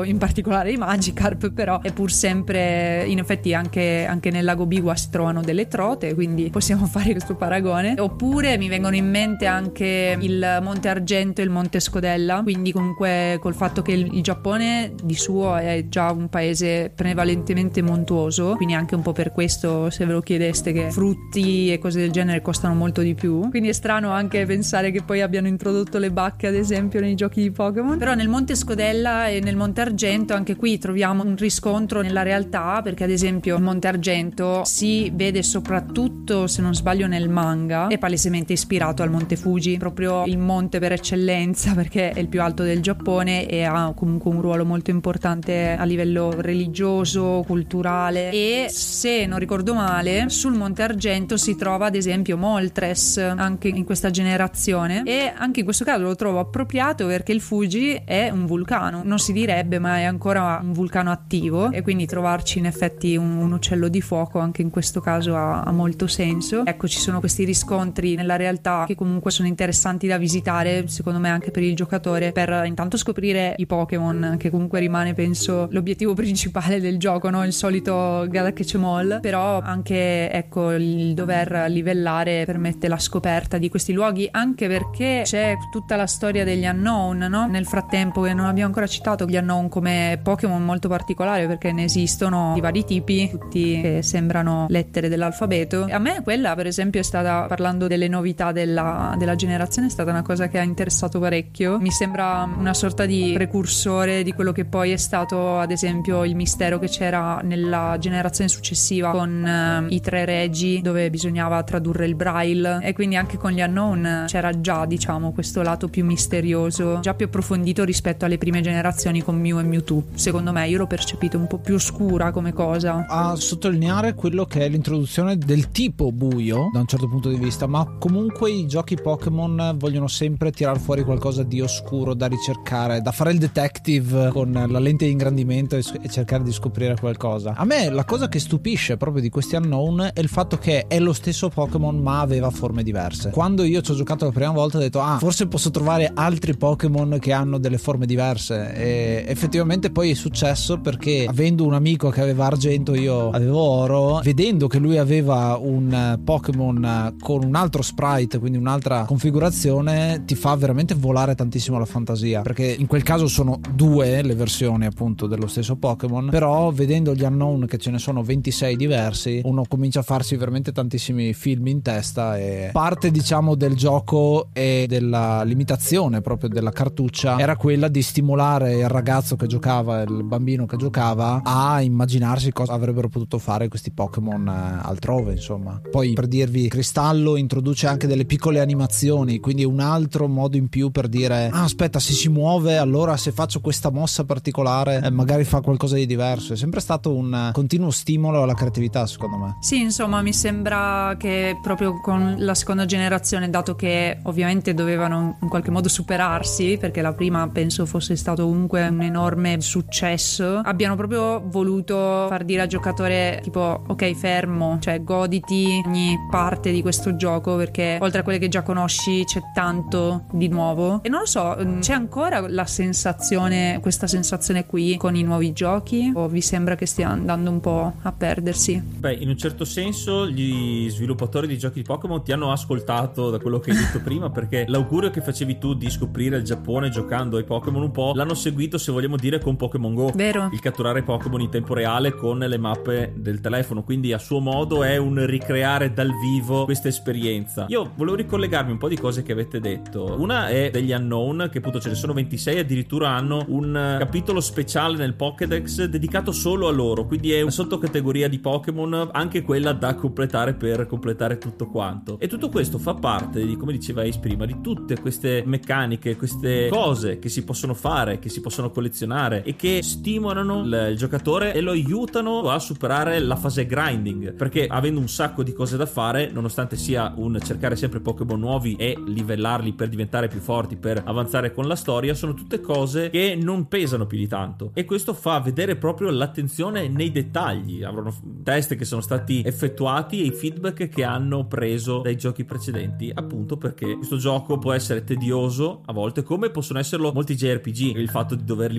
particolare di Magikarp, però è pur sempre, in effetti anche, anche nel lago Biwa si trovano delle trote, quindi possiamo fare questo paragone. Oppure mi vengono in mente anche il Monte Argento e il Monte Scodella, quindi comunque col fatto che il, il Giappone di suo è già un paese prevalentemente montuoso, quindi anche un po' per questo, se ve lo chiedeste, che frutti e cose del genere costano molto di più, quindi è strano anche pensare che poi abbiano introdotto le bacche ad esempio nei giochi di Pokémon. Però nel Monte Scodella e nel Monte Argento anche qui troviamo un riscontro nella realtà, perché ad esempio il Monte Argento si vede soprattutto, se non sbaglio nel manga, è palesemente ispirato al Monte Fuji, proprio il monte per eccellenza, perché è il più alto del Giappone e ha comunque un ruolo molto importante a livello religioso, culturale. E se non ricordo male, sul Monte Argento si trova ad esempio Moltres anche in questa generazione, e anche in questo caso lo trovo appropriato perché il Fuji è un vulcano, non si direbbe, ma è ancora un vulcano attivo, e quindi trovarci in effetti un, un uccello di fuoco anche in questo caso ha, ha molto senso. Ecco, ci sono questi riscontri nella realtà che comunque sono interessanti da visitare, secondo me anche per il giocatore, per intanto scoprire i Pokémon, che comunque rimane penso l'obiettivo principale del gioco, no? Il solito Gadakechamol, però anche ecco il dover livellare permette la scoperta di questi luoghi, anche perché c'è tutta la storia degli Unknown, no? Nel frattempo, che non abbiamo ancora citato gli Unknown come Pokémon molto particolare, perché ne esistono di vari tipi, tutti che sembrano lettere dell'alfabeto. A me quella per esempio è stata, parlando delle novità della, della generazione, è stata una cosa che ha interessato parecchio. Mi sembra una sorta di precursore di quello che poi è stato ad esempio il mistero che c'era nella generazione successiva con uh, i tre regi, dove bisognava tradurre il braille, e quindi anche con gli Unknown c'era già, diciamo, questo lato più misterioso, già più approfondito rispetto alle prime generazioni con Mew e Mewtwo. Secondo me io l'ho percepito un po' più oscura come cosa. A sottolineare quello che è l'introduzione del tipo buio da un certo punto di vista, ma comunque i giochi Pokémon vogliono sempre tirar fuori qualcosa di oscuro da ricercare, da fare il detective con la lente di ingrandimento e, e cercare di scoprire qualcosa. A me la cosa che stupisce proprio di questi Unknown è il fatto che è lo stesso Pokémon ma aveva forme diverse. Quando io ci ho giocato la prima volta ho detto ah, forse posso trovare altri Pokémon che hanno delle forme diverse, e effettivamente poi è successo, perché avendo un amico che aveva argento, io avevo oro, vedendo che lui aveva un Pokémon con un altro sprite, quindi un'altra configurazione, ti fa veramente volare tantissimo la fantasia, perché in quel caso sono due le versioni appunto dello stesso Pokémon, però vedendo gli Unknown che ce ne sono ventisei diversi, uno comincia a farsi veramente tantissimi film in testa, e parte diciamo del gioco e della limitazione proprio della cartuccia era quella di stimolare il ragazzo che giocava, il bambino che giocava, a immaginarsi cosa avrebbero potuto fare questi Pokémon altrove, insomma. Poi per dirvi, Cristallo introduce anche delle piccole animazioni, quindi un altro modo in più per dire ah aspetta, se si muove allora se faccio questa mossa particolare eh, magari fa qualcosa di diverso. È sempre stato un continuo stimolo alla creatività, secondo me. Sì, insomma, mi sembra che proprio con la seconda generazione, dato che ovviamente dovevano in qualche modo superarsi, perché la prima penso fosse stato comunque un enorme successo, abbiano proprio voluto far dire al giocatore tipo ok, fermo, cioè goditi ogni parte di questo gioco, perché oltre a quelle che già conosci c'è tanto di nuovo. E non lo so, c'è ancora la sensazione, questa sensazione qui con i nuovi giochi, o vi sembra che stia andando un po' a perdersi? Beh, in un certo senso gli sviluppatori di giochi di Pokémon ti hanno ascoltato da quello che hai detto prima, perché l'augurio che facevi tu di scoprire il Giappone giocando ai Pokémon un po' l'hanno seguito, se vogliamo dire, con Pokémon Go. Vero. Il catturare Pokémon in tempo reale con le mappe del telefono, quindi a suo modo è un ricreare dal vivo questa esperienza. Io volevo ricollegarmi un po' di cose che avete detto. Una è degli Unknown, che appunto ce ne sono ventisei, addirittura hanno un capitolo speciale nel Pokédex dedicato solo a loro, quindi è una sottocategoria di Pokémon, anche quella da completare per completare tutto quanto. E tutto questo fa parte di, come diceva Ace prima, di tutte queste meccaniche, queste cose che si possono fare, che si possono collezionare e che stimolano il, il giocatore e lo aiutano a superare la fase grinding, perché avendo un sacco di cose da fare, nonostante sia un cercare sempre Pokémon nuovi e livellarli per diventare più forti, per avanzare con la storia, sono tutte cose che non pesano più di tanto, e questo fa vedere proprio l'attenzione nei dettagli. Avranno test che sono stati effettuati e i feedback che hanno preso dai giochi precedenti, appunto perché questo gioco può essere tedioso a volte, come possono esserlo molti J R P G, il fatto di dover livellare altrimenti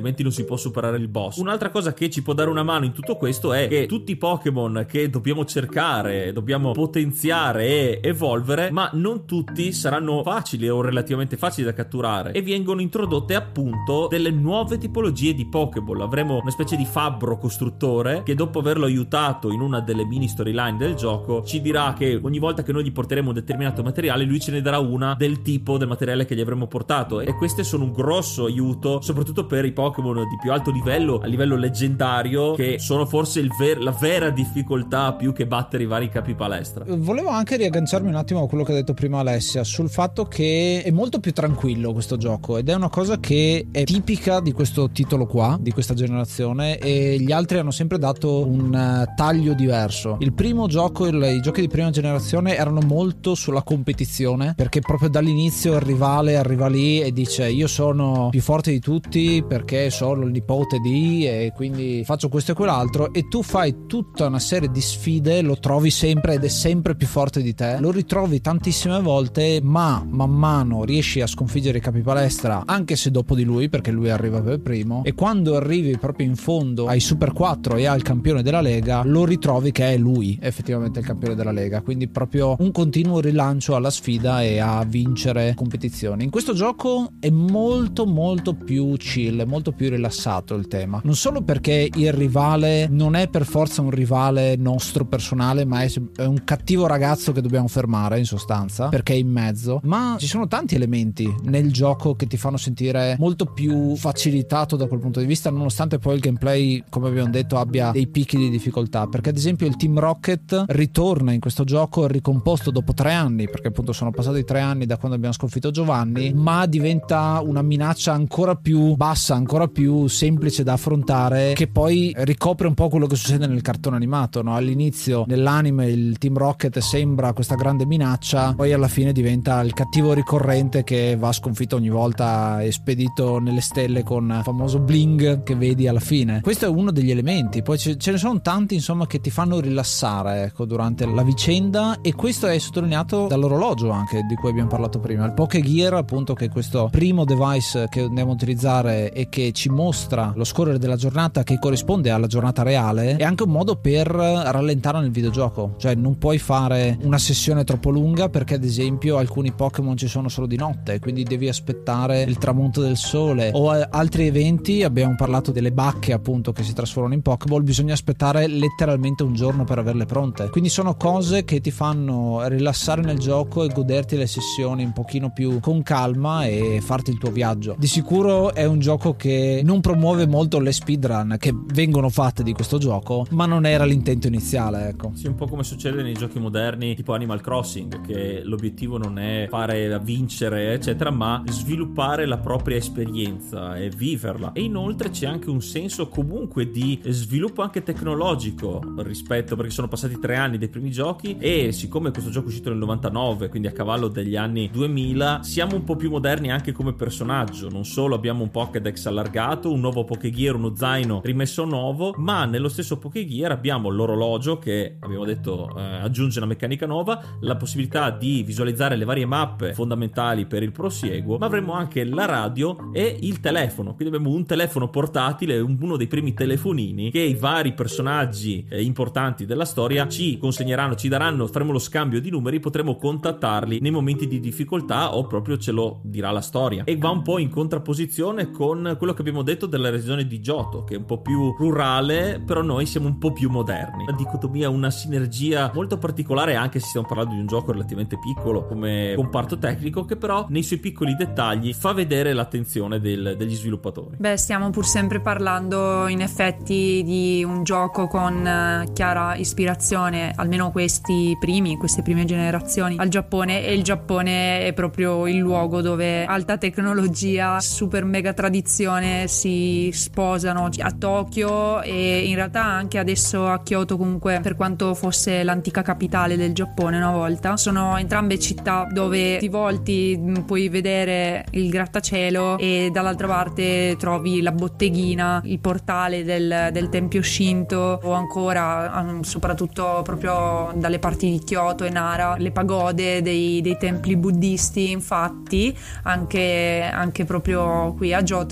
altrimenti non si può superare il boss. Un'altra cosa che ci può dare una mano in tutto questo è che tutti i Pokémon che dobbiamo cercare, dobbiamo potenziare e evolvere, ma non tutti saranno facili o relativamente facili da catturare, e vengono introdotte appunto delle nuove tipologie di Pokéball. Avremo una specie di fabbro costruttore che, dopo averlo aiutato in una delle mini storyline del gioco, ci dirà che ogni volta che noi gli porteremo un determinato materiale, lui ce ne darà una del tipo del materiale che gli avremo portato, e queste sono un grosso aiuto soprattutto per i Pokémon di più alto livello, a livello leggendario, che sono forse il ver- la vera difficoltà più che battere i vari capi palestra. Volevo anche riagganciarmi un attimo a quello che ha detto prima Alessia sul fatto che è molto più tranquillo questo gioco, ed è una cosa che è tipica di questo titolo qua, di questa generazione, e gli altri hanno sempre dato un uh, taglio diverso. Il primo gioco, il, i giochi di prima generazione erano molto sulla competizione, perché proprio dall'inizio il rivale arriva lì e dice io sono più forte di tutti perché sono il nipote di, e quindi faccio questo e quell'altro, e tu fai tutta una serie di sfide, lo trovi sempre ed è sempre più forte di te, lo ritrovi tantissime volte, ma man mano riesci a sconfiggere i capi palestra anche se dopo di lui, perché lui arriva per primo, e quando arrivi proprio in fondo ai Super quattro e al campione della Lega, lo ritrovi che è lui effettivamente il campione della Lega, quindi proprio un continuo rilancio alla sfida e a vincere competizioni. In questo gioco è molto molto più chill, molto più rilassato il tema, non solo perché il rivale non è per forza un rivale nostro personale, ma è un cattivo ragazzo che dobbiamo fermare in sostanza perché è in mezzo, ma ci sono tanti elementi nel gioco che ti fanno sentire molto più facilitato da quel punto di vista, nonostante poi il gameplay, come abbiamo detto, abbia dei picchi di difficoltà, perché ad esempio il Team Rocket ritorna in questo gioco ricomposto dopo tre anni, perché appunto sono passati tre anni da quando abbiamo sconfitto Giovanni, ma diventa una minaccia ancora più bassa, ancora più semplice da affrontare, che poi ricopre un po' quello che succede nel cartone animato, no? All'inizio nell'anime il Team Rocket sembra questa grande minaccia, poi alla fine diventa il cattivo ricorrente che va sconfitto ogni volta e spedito nelle stelle con il famoso bling che vedi alla fine. Questo è uno degli elementi, poi ce, ce ne sono tanti insomma che ti fanno rilassare, ecco, durante la vicenda, e questo è sottolineato dall'orologio anche di cui abbiamo parlato prima, il Pokégear, appunto, che è questo primo device che andiamo a utilizzare e che ci mostra lo scorrere della giornata che corrisponde alla giornata reale. È anche un modo per rallentare nel videogioco, cioè non puoi fare una sessione troppo lunga perché ad esempio alcuni Pokémon ci sono solo di notte, quindi devi aspettare il tramonto del sole, o altri eventi, abbiamo parlato delle bacche appunto che si trasformano in Pokéball, bisogna aspettare letteralmente un giorno per averle pronte, quindi sono cose che ti fanno rilassare nel gioco e goderti le sessioni un pochino più con calma e farti il tuo viaggio. Di sicuro è un gioco che non promuove molto le speedrun che vengono fatte di questo gioco, ma non era l'intento iniziale, ecco. Sì, un po' come succede nei giochi moderni tipo Animal Crossing, che l'obiettivo non è fare vincere eccetera, ma sviluppare la propria esperienza e viverla. E inoltre c'è anche un senso comunque di sviluppo anche tecnologico rispetto, perché sono passati tre anni dai primi giochi, e siccome questo gioco è uscito nel novantanove, quindi a cavallo degli anni duemila, siamo un po' più moderni anche come personaggio. Non solo abbiamo un Pokédex allargato, un nuovo Pokégear, uno zaino rimesso nuovo, ma nello stesso Pokégear abbiamo l'orologio che abbiamo detto eh, aggiunge una meccanica nuova, la possibilità di visualizzare le varie mappe fondamentali per il prosieguo, ma avremo anche la radio e il telefono, quindi abbiamo un telefono portatile, uno dei primi telefonini che i vari personaggi eh, importanti della storia ci consegneranno, ci daranno, faremo lo scambio di numeri, potremo contattarli nei momenti di difficoltà o proprio ce lo dirà la storia, e va un po' in contrapposizione con quello che abbiamo detto della regione di Johto, che è un po' più rurale, però noi siamo un po' più moderni. Una dicotomia, una sinergia molto particolare, anche se stiamo parlando di un gioco relativamente piccolo come comparto tecnico, che però nei suoi piccoli dettagli fa vedere l'attenzione del, degli sviluppatori. Beh, stiamo pur sempre parlando in effetti di un gioco con uh, chiara ispirazione, almeno questi primi, queste prime generazioni, al Giappone, e il Giappone è proprio il luogo dove alta tecnologia, super mega tradizione si sposano. A Tokyo e in realtà anche adesso a Kyoto, comunque, per quanto fosse l'antica capitale del Giappone una volta, sono entrambe città dove ti volti, puoi vedere il grattacielo e dall'altra parte trovi la botteghina, il portale del, del tempio Shinto, o ancora soprattutto proprio dalle parti di Kyoto e Nara le pagode dei, dei templi buddisti. Infatti anche, anche proprio qui a Johto abbiamo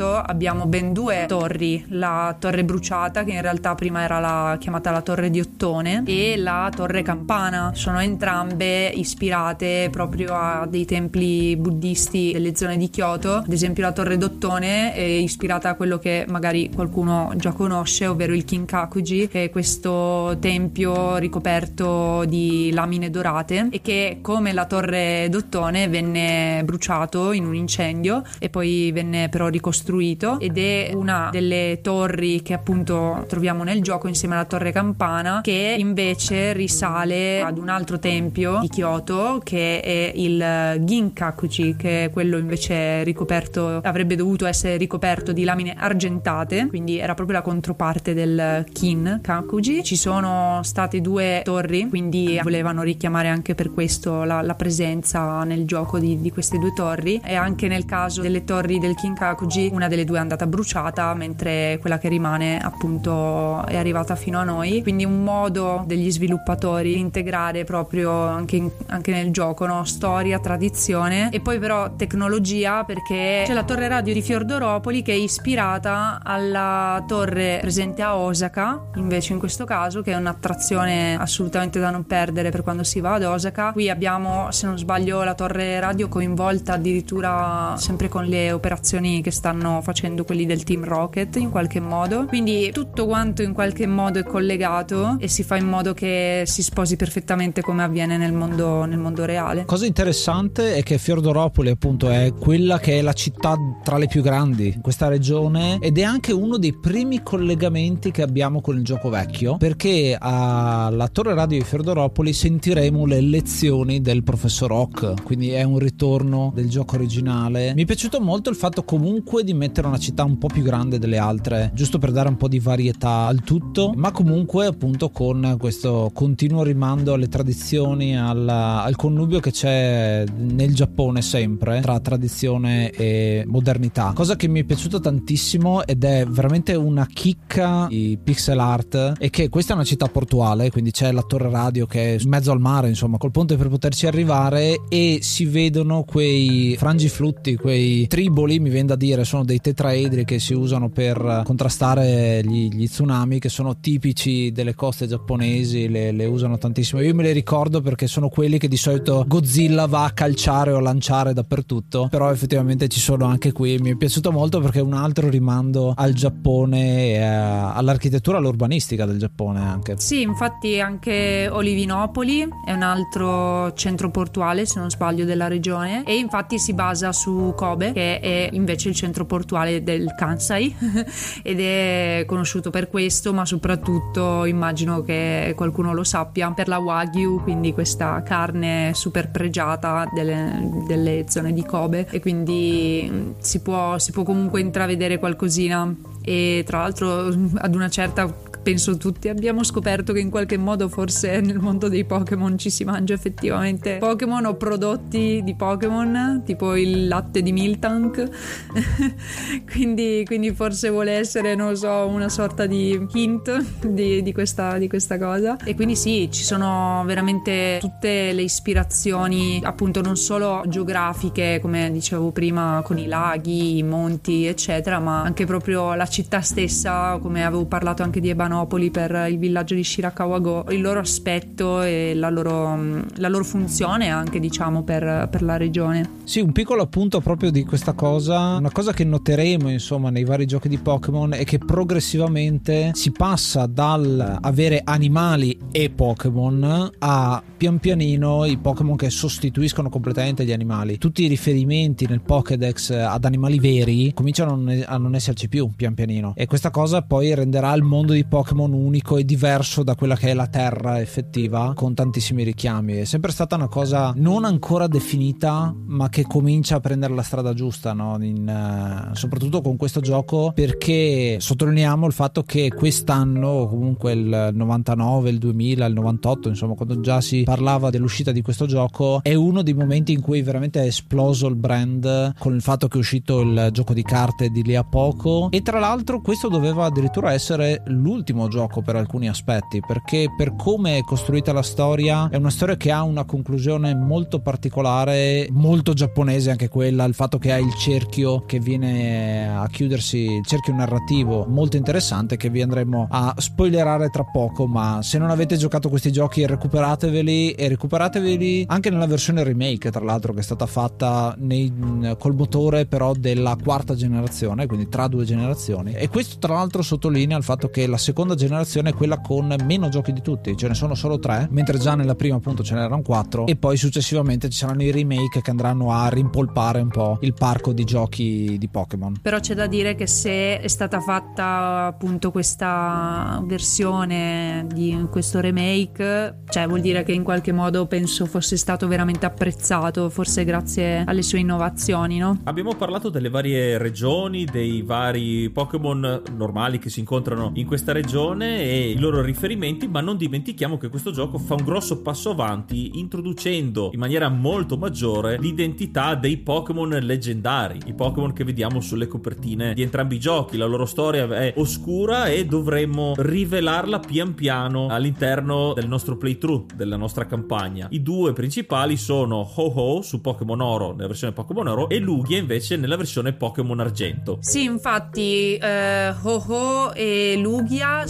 abbiamo ben due torri, la torre bruciata, che in realtà prima era la, chiamata la torre di Ottone, e la torre campana. Sono entrambe ispirate proprio a dei templi buddisti delle zone di Kyoto. Ad esempio la torre d'Ottone è ispirata a quello che magari qualcuno già conosce, ovvero il Kinkakuji, che è questo tempio ricoperto di lamine dorate e che, come la torre d'Ottone, venne bruciato in un incendio e poi venne però ricostruito, ed è una delle torri che appunto troviamo nel gioco insieme alla torre campana, che invece risale ad un altro tempio di Kyoto che è il Ginkakuji, che è quello invece ricoperto, avrebbe dovuto essere ricoperto di lamine argentate, quindi era proprio la controparte del Kinkakuji. Ci sono state due torri, quindi volevano richiamare anche per questo la, la presenza nel gioco di, di queste due torri, e anche nel caso delle torri del Kinkakuji una delle due è andata bruciata, mentre quella che rimane appunto è arrivata fino a noi. Quindi un modo degli sviluppatori di integrare proprio anche, in, anche nel gioco, no? Storia, tradizione e poi però tecnologia, perché c'è la torre radio di Fiordoropoli che è ispirata alla torre presente a Osaka, invece in questo caso, che è un'attrazione assolutamente da non perdere per quando si va ad Osaka. Qui abbiamo, se non sbaglio, la torre radio coinvolta addirittura sempre con le operazioni che stanno facendo quelli del Team Rocket in qualche modo, quindi tutto quanto in qualche modo è collegato e si fa in modo che si sposi perfettamente come avviene nel mondo, nel mondo reale. Cosa interessante è che Fiordoropoli appunto è quella che è la città tra le più grandi in questa regione, ed è anche uno dei primi collegamenti che abbiamo con il gioco vecchio, perché alla torre radio di Fiordoropoli sentiremo le lezioni del professor Oak, quindi è un ritorno del gioco originale. Mi è piaciuto molto il fatto comunque di mettere una città un po' più grande delle altre, giusto per dare un po' di varietà al tutto, ma comunque appunto con questo continuo rimando alle tradizioni, al, al connubio che c'è nel Giappone sempre tra tradizione e modernità, cosa che mi è piaciuta tantissimo ed è veramente una chicca di pixel art. E che questa è una città portuale, quindi c'è la torre radio che è in mezzo al mare, insomma col ponte per poterci arrivare, e si vedono quei frangiflutti, quei triboli, mi viene da dire, sono dei tetraedri che si usano per contrastare gli, gli tsunami, che sono tipici delle coste giapponesi, le, le usano tantissimo. Io me le ricordo perché sono quelli che di solito Godzilla va a calciare o a lanciare dappertutto, però effettivamente ci sono anche qui. Mi è piaciuto molto perché è un altro rimando al Giappone e all'architettura, all'urbanistica del Giappone anche. Sì, infatti anche Olivinopoli è un altro centro portuale, se non sbaglio, della regione, e infatti si basa su Kobe, che è invece il centro portuale del Kansai ed è conosciuto per questo, ma soprattutto immagino che qualcuno lo sappia per la Wagyu, quindi questa carne super pregiata delle, delle zone di Kobe, e quindi si può, si può comunque intravedere qualcosina. E tra l'altro ad una certa, penso tutti abbiamo scoperto che in qualche modo forse nel mondo dei Pokémon ci si mangia effettivamente Pokémon o prodotti di Pokémon, tipo il latte di Miltank quindi, quindi forse vuole essere, non lo so, una sorta di hint di, di, questa, di questa cosa. E quindi sì, ci sono veramente tutte le ispirazioni, appunto non solo geografiche come dicevo prima con i laghi, i monti eccetera, ma anche proprio la città stessa, come avevo parlato anche di Ebanopoli per il villaggio di Shirakawa-go, il loro aspetto e la loro, la loro funzione anche, diciamo, per, per la regione. Sì, un piccolo appunto proprio di questa cosa, una cosa che noteremo insomma nei vari giochi di Pokémon è che progressivamente si passa dal avere animali e Pokémon a pian pianino i Pokémon che sostituiscono completamente gli animali. Tutti i riferimenti nel Pokédex ad animali veri cominciano a non esserci più pian pianino, e questa cosa poi renderà il mondo di Pokémon unico e diverso da quella che è la terra effettiva, con tantissimi richiami. È sempre stata una cosa non ancora definita, ma che comincia a prendere la strada giusta, no? In, uh, soprattutto con questo gioco, perché sottolineiamo il fatto che quest'anno, o comunque il novantanove, il duemila, il novantotto, insomma quando già si parlava dell'uscita di questo gioco, è uno dei momenti in cui veramente è esploso il brand, con il fatto che è uscito il gioco di carte di lì a poco. E tra l'altro questo doveva addirittura essere l'ultimo ottimo gioco per alcuni aspetti, perché per come è costruita la storia è una storia che ha una conclusione molto particolare, molto giapponese anche quella, il fatto che ha il cerchio che viene a chiudersi, il cerchio narrativo molto interessante che vi andremo a spoilerare tra poco. Ma se non avete giocato questi giochi recuperateveli, e recuperateveli anche nella versione remake, tra l'altro, che è stata fatta nei, col motore però della quarta generazione, quindi tra due generazioni. E questo tra l'altro sottolinea il fatto che la seconda generazione è quella con meno giochi di tutti, ce ne sono solo tre, mentre già nella prima appunto ce n'erano quattro, e poi successivamente ci saranno i remake che andranno a rimpolpare un po' il parco di giochi di Pokémon. Però c'è da dire che se è stata fatta appunto questa versione di questo remake, cioè vuol dire che in qualche modo penso fosse stato veramente apprezzato, forse grazie alle sue innovazioni, no? Abbiamo parlato delle varie regioni, dei vari Pokémon normali che si incontrano in questa regione e i loro riferimenti, ma non dimentichiamo che questo gioco fa un grosso passo avanti introducendo in maniera molto maggiore l'identità dei Pokémon leggendari, i Pokémon che vediamo sulle copertine di entrambi i giochi. La loro storia è oscura e dovremmo rivelarla pian piano all'interno del nostro playthrough, della nostra campagna. I due principali sono Ho-Oh su Pokémon Oro nella versione Pokémon Oro e Lugia invece nella versione Pokémon Argento. Sì, infatti eh, Ho-Oh e Lugia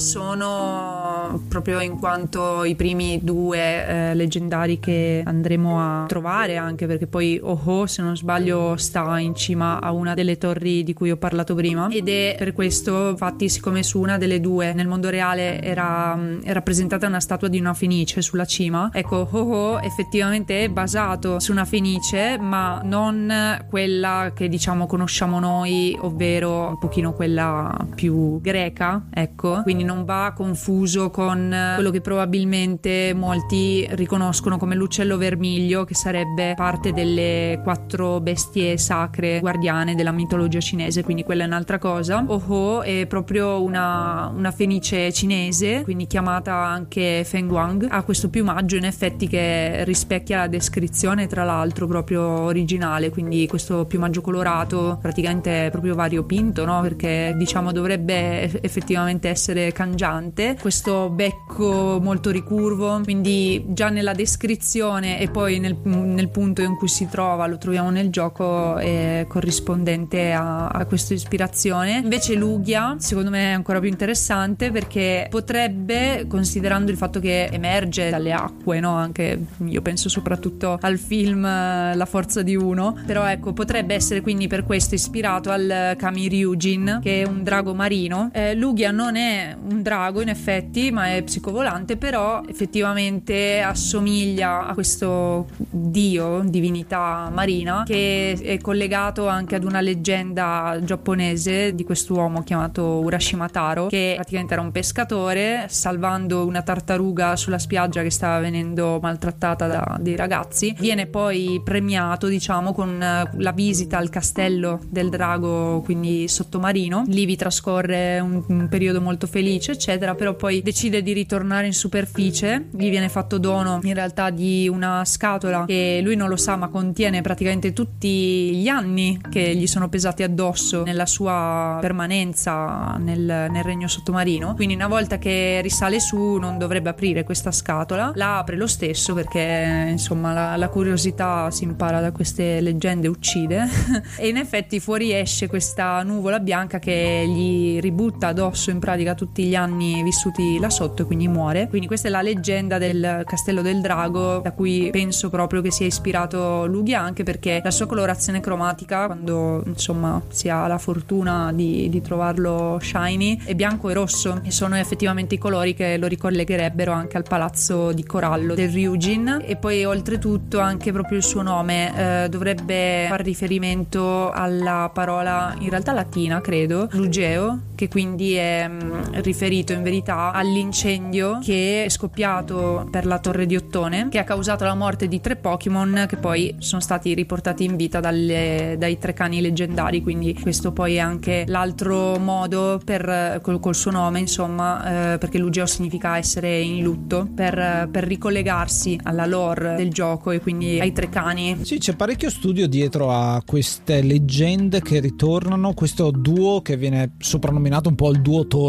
sono proprio in quanto i primi due eh, leggendari che andremo a trovare, anche perché poi Ho-Oh, se non sbaglio, sta in cima a una delle torri di cui ho parlato prima, ed è per questo, infatti, siccome su una delle due nel mondo reale era è rappresentata una statua di una fenice sulla cima, ecco, Ho-Oh effettivamente è basato su una fenice, ma non quella che diciamo conosciamo noi, ovvero un pochino quella più greca, ecco, quindi non va confuso con quello che probabilmente molti riconoscono come l'uccello vermiglio, che sarebbe parte delle quattro bestie sacre guardiane della mitologia cinese, quindi quella è un'altra cosa. Ho-Oh è proprio una, una fenice cinese, quindi chiamata anche Fengguang, ha questo piumaggio in effetti che rispecchia la descrizione tra l'altro proprio originale, quindi questo piumaggio colorato praticamente proprio variopinto, no? Perché diciamo dovrebbe effettivamente essere cangiante, questo becco molto ricurvo, quindi già nella descrizione e poi nel, nel punto in cui si trova, lo troviamo nel gioco, è corrispondente a, a questa ispirazione. Invece Lugia secondo me è ancora più interessante perché potrebbe, considerando il fatto che emerge dalle acque, no? Anche io penso soprattutto al film La forza di uno, però ecco, potrebbe essere quindi per questo ispirato al Kami Ryujin, che è un drago marino. eh, Lugia non è un drago in effetti, ma è psicovolante, però effettivamente assomiglia a questo dio, divinità marina, che è collegato anche ad una leggenda giapponese di quest'uomo chiamato Urashima Taro, che praticamente era un pescatore, salvando una tartaruga sulla spiaggia che stava venendo maltrattata da dei ragazzi. Viene poi premiato, diciamo, con la visita al castello del drago, quindi sottomarino. Lì vi trascorre un, un periodo molto felice, eccetera, però poi decide di ritornare in superficie. Gli viene fatto dono in realtà di una scatola che lui non lo sa, ma contiene praticamente tutti gli anni che gli sono pesati addosso nella sua permanenza nel, nel regno sottomarino. Quindi una volta che risale su non dovrebbe aprire questa scatola, la apre lo stesso perché insomma la, la curiosità, si impara da queste leggende, uccide e in effetti fuoriesce questa nuvola bianca che gli ributta addosso in pratica tutti gli anni vissuti là sotto, e quindi muore. Quindi questa è la leggenda del castello del drago, da cui penso proprio che sia ispirato Lugia, anche perché la sua colorazione cromatica, quando insomma si ha la fortuna di, di trovarlo shiny, è bianco e rosso, e sono effettivamente i colori che lo ricollegherebbero anche al palazzo di corallo del Ryujin. E poi oltretutto anche proprio il suo nome eh, dovrebbe fare riferimento alla parola in realtà latina, credo, lugeo, che quindi è mh, riferito in verità all'incendio che è scoppiato per la torre di Ottone, che ha causato la morte di tre Pokémon che poi sono stati riportati in vita dalle, dai tre cani leggendari. Quindi questo poi è anche l'altro modo per col, col suo nome, insomma, eh, perché lugeo significa essere in lutto, per, per ricollegarsi alla lore del gioco e quindi ai tre cani. Sì, c'è parecchio studio dietro a queste leggende che ritornano, questo duo che viene soprannominato un po' il duo torre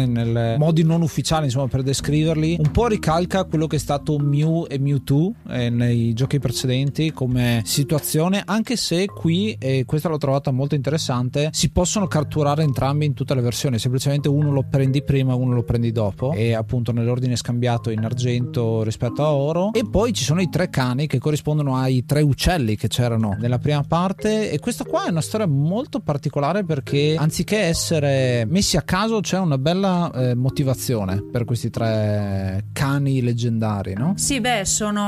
nelle modi non ufficiali, insomma, per descriverli, un po' ricalca quello che è stato Mew e Mewtwo eh, nei giochi precedenti come situazione, anche se qui, e questa l'ho trovata molto interessante, si possono catturare entrambi in tutte le versioni, semplicemente uno lo prendi prima e uno lo prendi dopo, e appunto nell'ordine scambiato in argento rispetto a oro. E poi ci sono i tre cani che corrispondono ai tre uccelli che c'erano nella prima parte, e questa qua è una storia molto particolare perché anziché essere messi a caso c'è una bella eh, motivazione per questi tre cani leggendari, no? Sì, beh,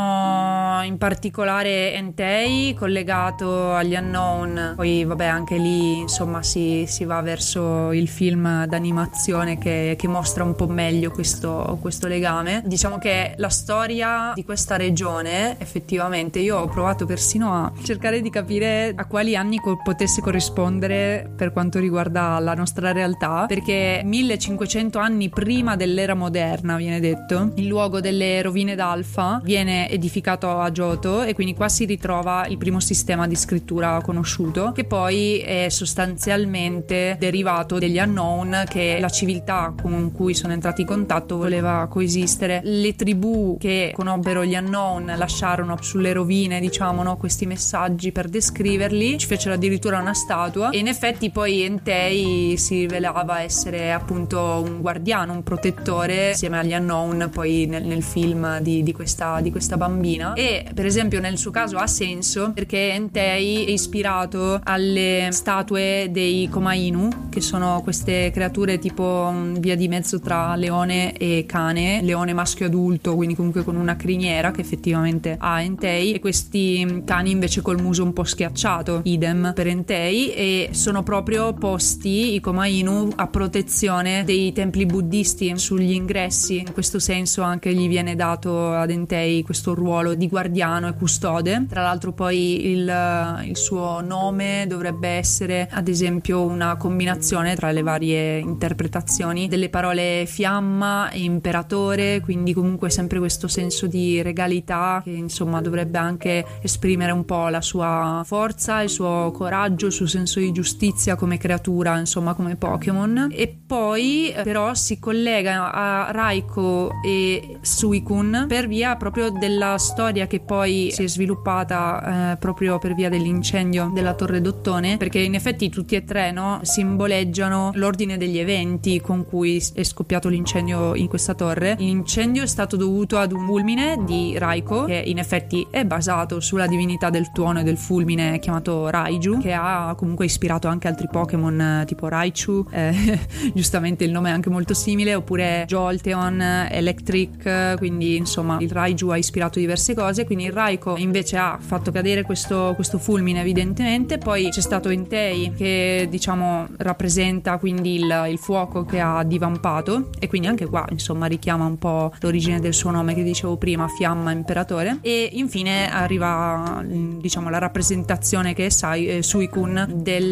sono in particolare Entei collegato agli Unknown, poi vabbè anche lì insomma si, si va verso il film d'animazione che, che mostra un po' meglio questo, questo legame. Diciamo che la storia di questa regione, effettivamente io ho provato persino a cercare di capire a quali anni co- potesse corrispondere per quanto riguarda la nostra realtà, perché millecinquecento anni prima dell'era moderna, viene detto, il luogo delle rovine d'Alfa viene edificato a Johto, e quindi qua si ritrova il primo sistema di scrittura conosciuto, che poi è sostanzialmente derivato degli Unknown, che la civiltà con cui sono entrati in contatto voleva coesistere. Le tribù che conobbero gli Unknown lasciarono sulle rovine, diciamo, no, questi messaggi per descriverli, ci fecero addirittura una statua, e in effetti poi Entei si rivelava essere appunto un guardiano, un protettore insieme agli Unknown poi nel, nel film di, di, questa, di questa bambina. E per esempio nel suo caso ha senso perché Entei è ispirato alle statue dei Komainu, che sono queste creature tipo via di mezzo tra leone e cane, leone maschio adulto, quindi comunque con una criniera che effettivamente ha Entei, e questi cani invece col muso un po' schiacciato, idem per Entei, e sono proprio posti i Komainu a protezione dei templi buddisti sugli ingressi. In questo senso anche gli viene dato ad Entei questo ruolo di guardiano e custode. Tra l'altro poi il, il suo nome dovrebbe essere ad esempio una combinazione tra le varie interpretazioni delle parole fiamma e imperatore, quindi comunque sempre questo senso di regalità che insomma dovrebbe anche esprimere un po' la sua forza, il suo coraggio, il suo senso di giustizia come creatura, insomma come Pokémon. E poi però si collega a Raikou e Suicune per via proprio della storia che poi si è sviluppata eh, proprio per via dell'incendio della Torre d'Ottone, perché in effetti tutti e tre, no, simboleggiano l'ordine degli eventi con cui è scoppiato l'incendio in questa torre. L'incendio è stato dovuto ad un fulmine di Raikou, che in effetti è basato sulla divinità del tuono e del fulmine chiamato Raiju, che ha comunque ispirato anche altri Pokémon eh, tipo Raichu, eh, giustamente il nome è anche molto simile, oppure Jolteon, Electric, quindi insomma il Raiju ha ispirato diverse cose. Quindi il Raikou invece ha fatto cadere questo, questo fulmine evidentemente. Poi c'è stato Entei che diciamo rappresenta quindi il, il fuoco che ha divampato, e quindi anche qua insomma richiama un po' l'origine del suo nome che dicevo prima, fiamma imperatore. E infine arriva diciamo la rappresentazione che è Sai, eh, Suicune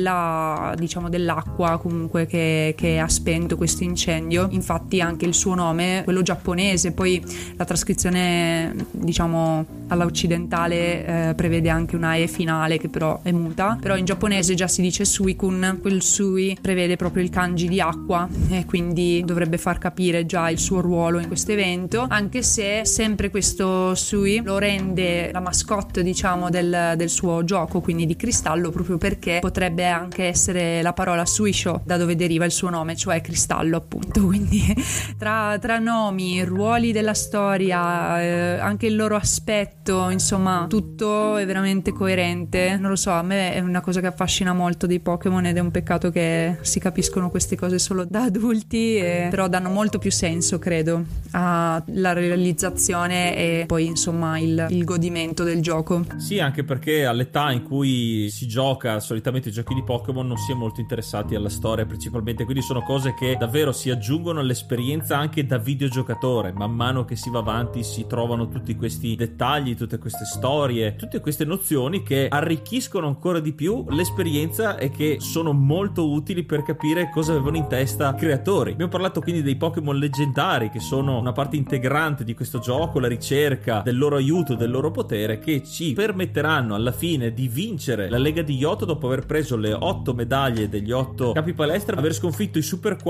della diciamo dell'acqua comunque che, che ha spento questo incendio. Infatti anche il suo nome, quello giapponese, poi la trascrizione diciamo alla occidentale eh, prevede anche una E finale che però è muta, però in giapponese già si dice Suicune, quel Sui prevede proprio il kanji di acqua, e quindi dovrebbe far capire già il suo ruolo in questo evento, anche se sempre questo Sui lo rende la mascotte diciamo del, del suo gioco, quindi di cristallo, proprio perché potrebbe anche essere la parola Suisho da dove deriva il suo nome, cioè cristallo appunto. Quindi tra, tra nomi, ruoli della storia, eh, anche il loro aspetto, insomma tutto è veramente coerente. Non lo so, a me è una cosa che affascina molto dei Pokémon, ed è un peccato che si capiscono queste cose solo da adulti, e però danno molto più senso credo alla realizzazione e poi insomma il, il godimento del gioco. Sì, anche perché all'età in cui si gioca solitamente i giochi di Pokémon non si è molto interessati alla storia principalmente, quindi sono cose che davvero si aggiungono all'esperienza anche da videogiocatore. Man mano che si va avanti si trovano tutti questi dettagli, tutte queste storie, tutte queste nozioni che arricchiscono ancora di più l'esperienza e che sono molto utili per capire cosa avevano in testa i creatori. Abbiamo parlato quindi dei Pokémon leggendari, che sono una parte integrante di questo gioco, la ricerca del loro aiuto, del loro potere, che ci permetteranno alla fine di vincere la Lega di Johto dopo aver preso le otto medaglie degli otto capi palestra, aver sconfitto i Super quattro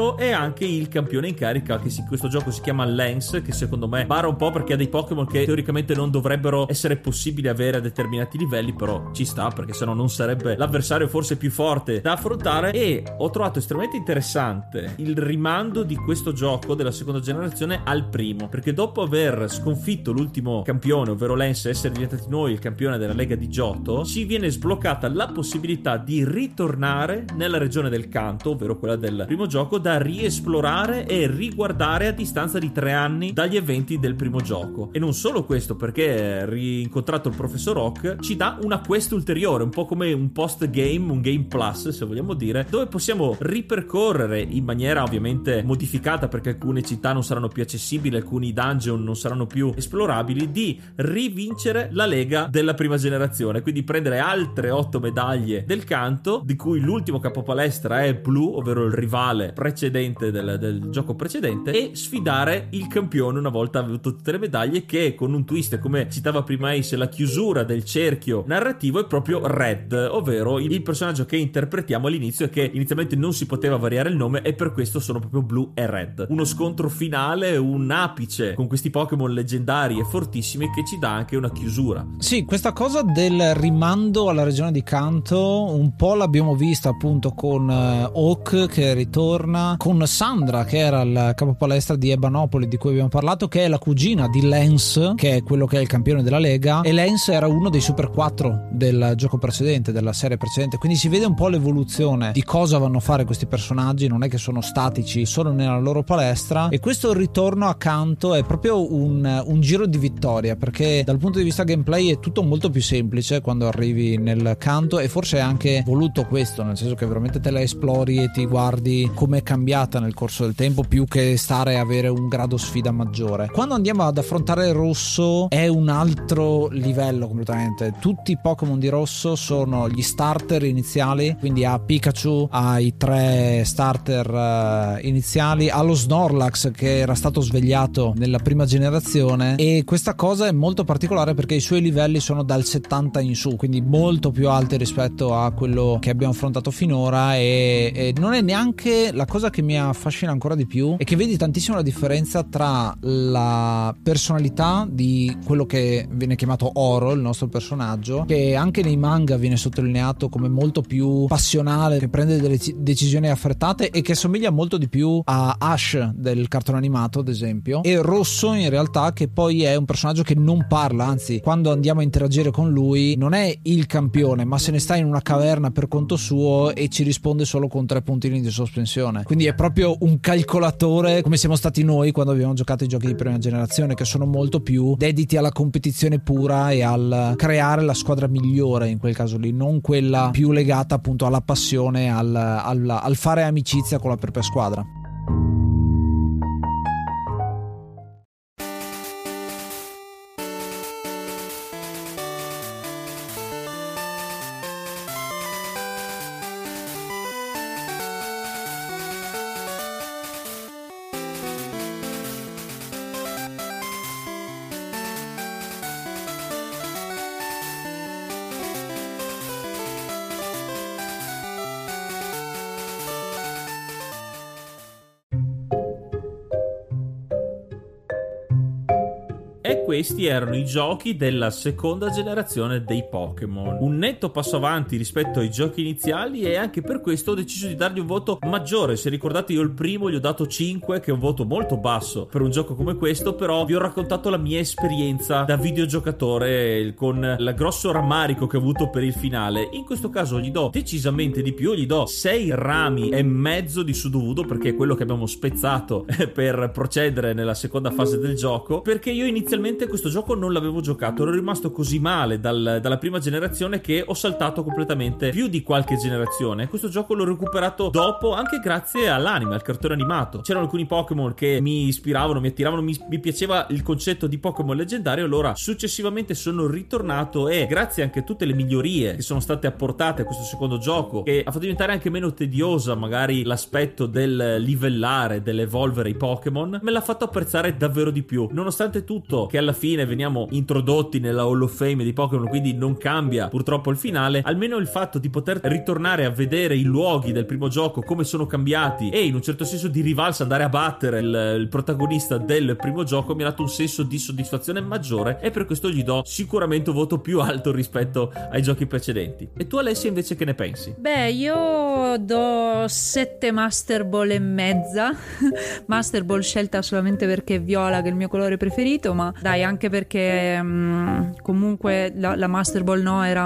gioco e anche il campione in carica, che in questo gioco si chiama Lance, che secondo me barra un po' perché ha dei Pokémon che teoricamente non dovrebbero essere possibili avere a determinati livelli, però ci sta perché sennò non sarebbe l'avversario forse più forte da affrontare. E ho trovato estremamente interessante il rimando di questo gioco della seconda generazione al primo, perché dopo aver sconfitto l'ultimo campione, ovvero Lance, e essere diventati noi il campione della Lega di Johto, ci viene sbloccata la possibilità di ritornare nella regione del Kanto, ovvero quella del primo gioco, da riesplorare e riguardare a distanza di tre anni dagli eventi del primo gioco. E non solo questo, perché rincontrato il professor Oak ci dà una quest ulteriore, un po' come un post game, un game plus se vogliamo dire, dove possiamo ripercorrere in maniera ovviamente modificata, perché alcune città non saranno più accessibili, alcuni dungeon non saranno più esplorabili, di rivincere la Lega della prima generazione, quindi prendere altre otto medaglie del Kanto, di cui l'ultimo capopalestra è Blue, ovvero il rivale precedente del, del gioco precedente, e sfidare il campione una volta avuto tutte le medaglie, che con un twist, come citava prima Ace, la chiusura del cerchio narrativo è proprio Red, ovvero il personaggio che interpretiamo all'inizio e che inizialmente non si poteva variare il nome, e per questo sono proprio Blue e Red. Uno scontro finale, un apice con questi Pokémon leggendari e fortissimi che ci dà anche una chiusura. Sì, questa cosa del rimando alla regione di Kanto un po' l'abbiamo vista appunto con uh, Oak che ritorna, con Sandra che era il capopalestra di Ebanopoli di cui abbiamo parlato, che è la cugina di Lance, che è quello che è il campione della Lega, e Lance era uno dei Super quattro del gioco precedente, della serie precedente, quindi si vede un po' l'evoluzione di cosa vanno a fare questi personaggi, non è che sono statici solo nella loro palestra. E questo ritorno a Kanto è proprio un, un giro di vittoria, perché dal punto di vista gameplay è tutto molto più semplice quando arrivi nel Kanto, e forse è anche voluto questo, nel senso che veramente te la esplori e ti guardi come è cambiata nel corso del tempo, più che stare a avere un grado sfida maggiore. Quando andiamo ad affrontare Rosso è un altro livello completamente. Tutti i Pokémon di Rosso sono gli starter iniziali, quindi a Pikachu, ai tre starter uh, iniziali, allo Snorlax che era stato svegliato nella prima generazione, e questa cosa è molto particolare perché i suoi livelli sono dal settanta in su, quindi molto più alti rispetto a quello che abbiamo affrontato finora, e, e non è neanche la cosa che mi affascina ancora di più, è che vedi tantissimo la differenza tra la personalità di quello che viene chiamato Oro, il nostro personaggio, che anche nei manga viene sottolineato come molto più passionale, che prende delle decisioni affrettate e che somiglia molto di più a Ash del cartone animato ad esempio, e Rosso in realtà che poi è un personaggio che non parla, anzi quando andiamo a interagire con lui non è il campione, ma se ne sta in una caverna per conto suo e ci risponde solo con tre puntini di sospensione, quindi è proprio un calcolatore come siamo stati noi quando abbiamo giocato i giochi di prima generazione, che sono molto più dediti alla competizione pura e al creare la squadra migliore in quel caso lì, non quella più legata appunto alla passione, al, al, al fare amicizia con la propria squadra. E questi erano i giochi della seconda generazione dei Pokémon. Un netto passo avanti rispetto ai giochi iniziali, e anche per questo ho deciso di dargli un voto maggiore. Se ricordate, io il primo gli ho dato cinque, che è un voto molto basso per un gioco come questo, però vi ho raccontato la mia esperienza da videogiocatore con il grosso rammarico che ho avuto per il finale. In questo caso gli do decisamente di più, gli do sei rami e mezzo di Sudowoodo, perché è quello che abbiamo spezzato per procedere nella seconda fase del gioco, perché io inizialmente questo gioco non l'avevo giocato, ero rimasto così male dal, dalla prima generazione che ho saltato completamente più di qualche generazione. Questo gioco l'ho recuperato dopo, anche grazie all'anime, al cartone animato. C'erano alcuni Pokémon che mi ispiravano, mi attiravano, mi, mi piaceva il concetto di Pokémon leggendario. Allora successivamente sono ritornato, e grazie anche a tutte le migliorie che sono state apportate a questo secondo gioco, che ha fatto diventare anche meno tediosa magari l'aspetto del livellare, dell'evolvere i Pokémon, me l'ha fatto apprezzare davvero di più. Nonostante tutto che alla fine veniamo introdotti nella Hall of Fame di Pokémon, quindi non cambia purtroppo il finale, almeno il fatto di poter ritornare a vedere i luoghi del primo gioco, come sono cambiati, e in un certo senso di rivalsa andare a battere il, il protagonista del primo gioco mi ha dato un senso di soddisfazione maggiore, e per questo gli do sicuramente un voto più alto rispetto ai giochi precedenti. E tu, Alessia, invece che ne pensi? Beh, io do sette Master Ball e mezza. Master Ball scelta solamente perché è viola, che è il mio colore preferito, ma dai, anche perché mh, comunque la, la Master Ball no era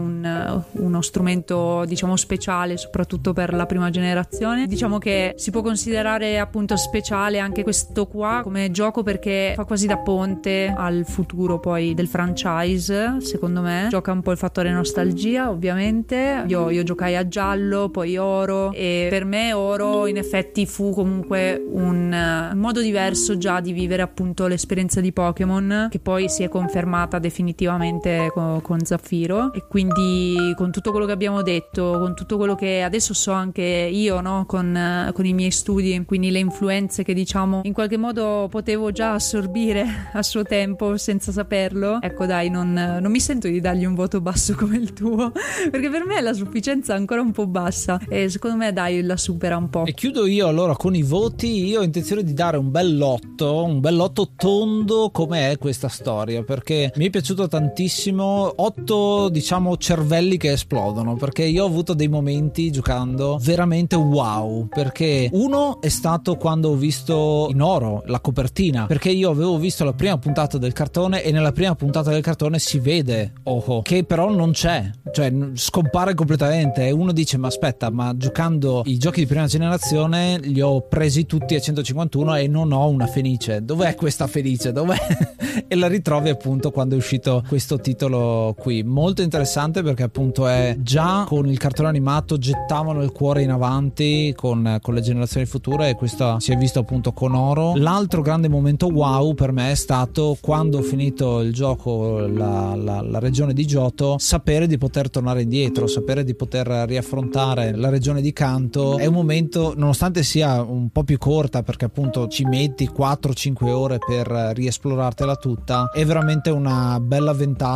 un, uno strumento, diciamo, speciale, soprattutto per la prima generazione. Diciamo che si può considerare appunto speciale anche questo qua come gioco, perché fa quasi da ponte al futuro poi del franchise, secondo me. Gioca un po' il fattore nostalgia, ovviamente. Io, io giocai a giallo, poi oro, e per me oro in effetti fu comunque un, un modo diverso già di vivere appunto l'esperienza di Pokémon, che poi si è confermata definitivamente con, con Zaffiro. E quindi con tutto quello che abbiamo detto, con tutto quello che adesso so anche io, no, con, con i miei studi, quindi le influenze che diciamo in qualche modo potevo già assorbire a suo tempo senza saperlo, ecco dai, non, non mi sento di dargli un voto basso come il tuo, perché per me la sufficienza è ancora un po' bassa e secondo me dai la supera un po'. E chiudo io allora con i voti. Io ho intenzione di dare un bell'otto, un bell'otto tondo come è questa storia, perché mi è piaciuto tantissimo. Otto, diciamo, cervelli che esplodono, perché io ho avuto dei momenti giocando veramente wow, perché uno è stato quando ho visto in oro la copertina, perché io avevo visto la prima puntata del cartone e nella prima puntata del cartone si vede Ho-Oh, che però non c'è, cioè scompare completamente, e uno dice ma aspetta, ma giocando i giochi di prima generazione li ho presi tutti a centocinquantuno e non ho una Fenice, dov'è questa Fenice, dov'è? E la ritrovi appunto quando è uscito questo titolo qui, molto interessante, perché appunto è già con il cartone animato gettavano il cuore in avanti con, con le generazioni future, e questo si è visto appunto con Oro. L'altro grande momento wow per me è stato quando ho finito il gioco, la, la, la regione di Johto, sapere di poter tornare indietro, sapere di poter riaffrontare la regione di Kanto. È un momento, nonostante sia un po' più corta, perché appunto ci metti quattro cinque ore per riesplorartela tutta, è veramente una bella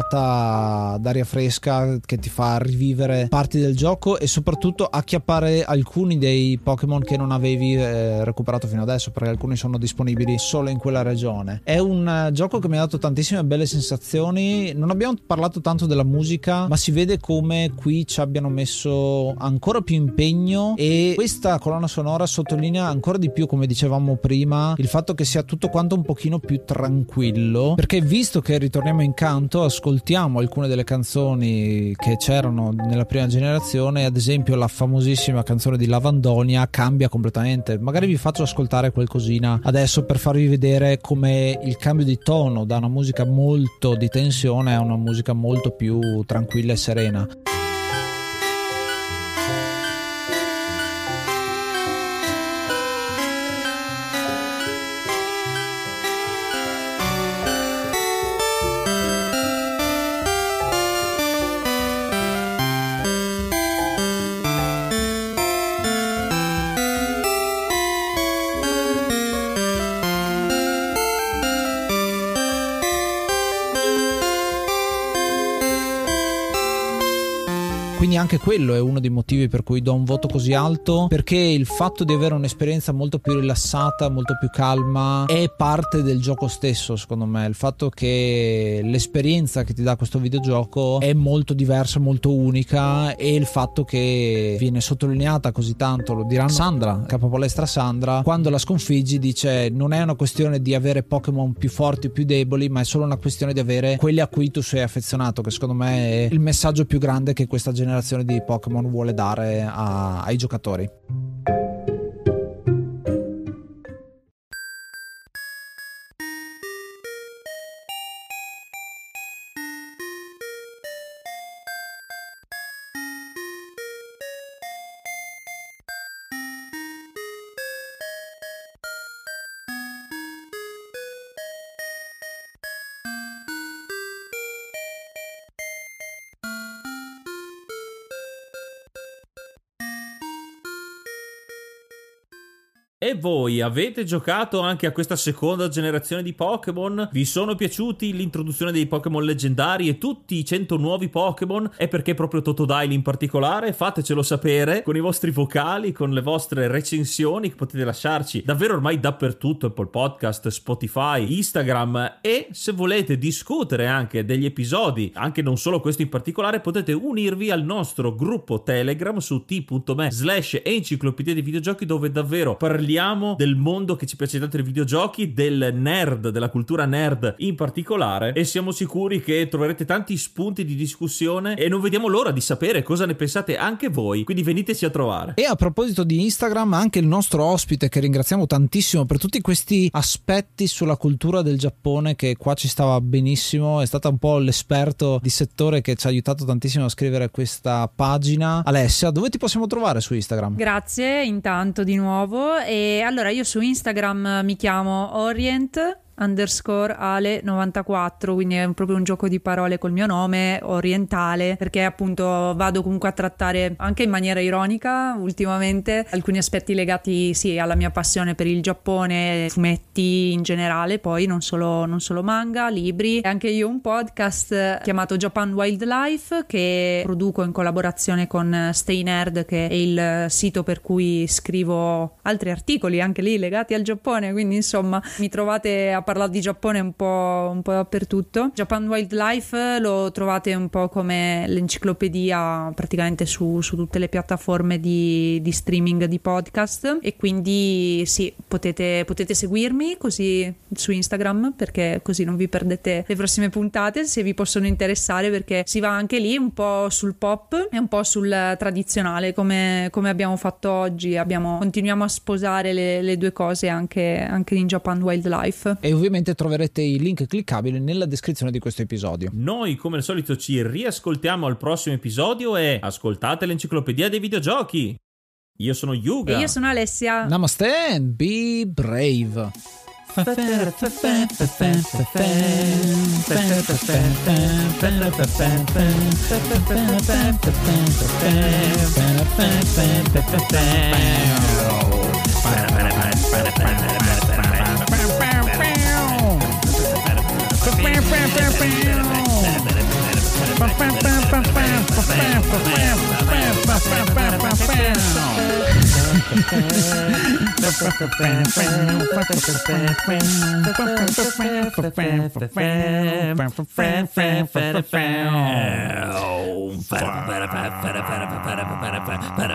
ventata d'aria fresca che ti fa rivivere parti del gioco e soprattutto acchiappare alcuni dei Pokémon che non avevi eh, recuperato fino adesso, perché alcuni sono disponibili solo in quella regione. È un uh, gioco che mi ha dato tantissime belle sensazioni. Non abbiamo parlato tanto della musica, ma si vede come qui ci abbiano messo ancora più impegno, e questa colonna sonora sottolinea ancora di più, come dicevamo prima, il fatto che sia tutto quanto un pochino più tranquillo, perché visto che ritorniamo in Kanto, ascoltiamo alcune delle canzoni che c'erano nella prima generazione, ad esempio la famosissima canzone di Lavandonia cambia completamente. Magari vi faccio ascoltare qualcosina adesso per farvi vedere come il cambio di tono da una musica molto di tensione a una musica molto più tranquilla e serena. Quindi anche quello è uno dei motivi per cui do un voto così alto, perché il fatto di avere un'esperienza molto più rilassata, molto più calma, è parte del gioco stesso, secondo me. Il fatto che l'esperienza che ti dà questo videogioco è molto diversa, molto unica, e il fatto che viene sottolineata così tanto, lo dirà Sandra, capopalestra Sandra, quando la sconfiggi dice non è una questione di avere Pokémon più forti o più deboli, ma è solo una questione di avere quelli a cui tu sei affezionato, che secondo me è il messaggio più grande che questa generazione di Pokémon vuole dare a, ai giocatori. E voi avete giocato anche a questa seconda generazione di Pokémon? Vi sono piaciuti l'introduzione dei Pokémon leggendari e tutti i cento nuovi Pokémon? E perché proprio Totodile in particolare? Fatecelo sapere con i vostri vocali, con le vostre recensioni che potete lasciarci davvero ormai dappertutto, Apple Podcast, Spotify, Instagram. E se volete discutere anche degli episodi, anche non solo questo in particolare, potete unirvi al nostro gruppo Telegram su t.me slash enciclopedia dei videogiochi, dove davvero parliamo del mondo che ci piace tanto dei videogiochi, del nerd, della cultura nerd in particolare, e siamo sicuri che troverete tanti spunti di discussione e non vediamo l'ora di sapere cosa ne pensate anche voi, quindi veniteci a trovare. E a proposito di Instagram, anche il nostro ospite, che ringraziamo tantissimo per tutti questi aspetti sulla cultura del Giappone, che qua ci stava benissimo, è stata un po' l'esperto di settore che ci ha aiutato tantissimo a scrivere questa pagina. Alessia, dove ti possiamo trovare su Instagram? Grazie intanto di nuovo. E allora io su Instagram mi chiamo Orient underscore ale novantaquattro, quindi è proprio un gioco di parole col mio nome, orientale, perché appunto vado comunque a trattare anche in maniera ironica ultimamente alcuni aspetti legati sì alla mia passione per il Giappone, fumetti in generale, poi non solo, non solo manga, libri. E anche io un podcast chiamato Japan Wildlife che produco in collaborazione con Stay Nerd, che è il sito per cui scrivo altri articoli anche lì legati al Giappone, quindi insomma mi trovate a parlare di Giappone un po', un po' dappertutto. Japan Wildlife lo trovate un po' come l'enciclopedia praticamente su, su tutte le piattaforme di, di streaming di podcast, e quindi sì, potete, potete seguirmi così su Instagram, perché così non vi perdete le prossime puntate se vi possono interessare, perché si va anche lì un po' sul pop e un po' sul tradizionale, come, come abbiamo fatto oggi. Abbiamo, continuiamo a sposare le, le due cose anche, anche in Japan Wildlife. E ovviamente troverete i link cliccabili nella descrizione di questo episodio. Noi come al solito ci riascoltiamo al prossimo episodio e ascoltate l'enciclopedia dei videogiochi. Io sono Yuga. E io sono Alessia. Namaste and be brave.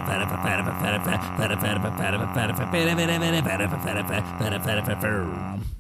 Oh.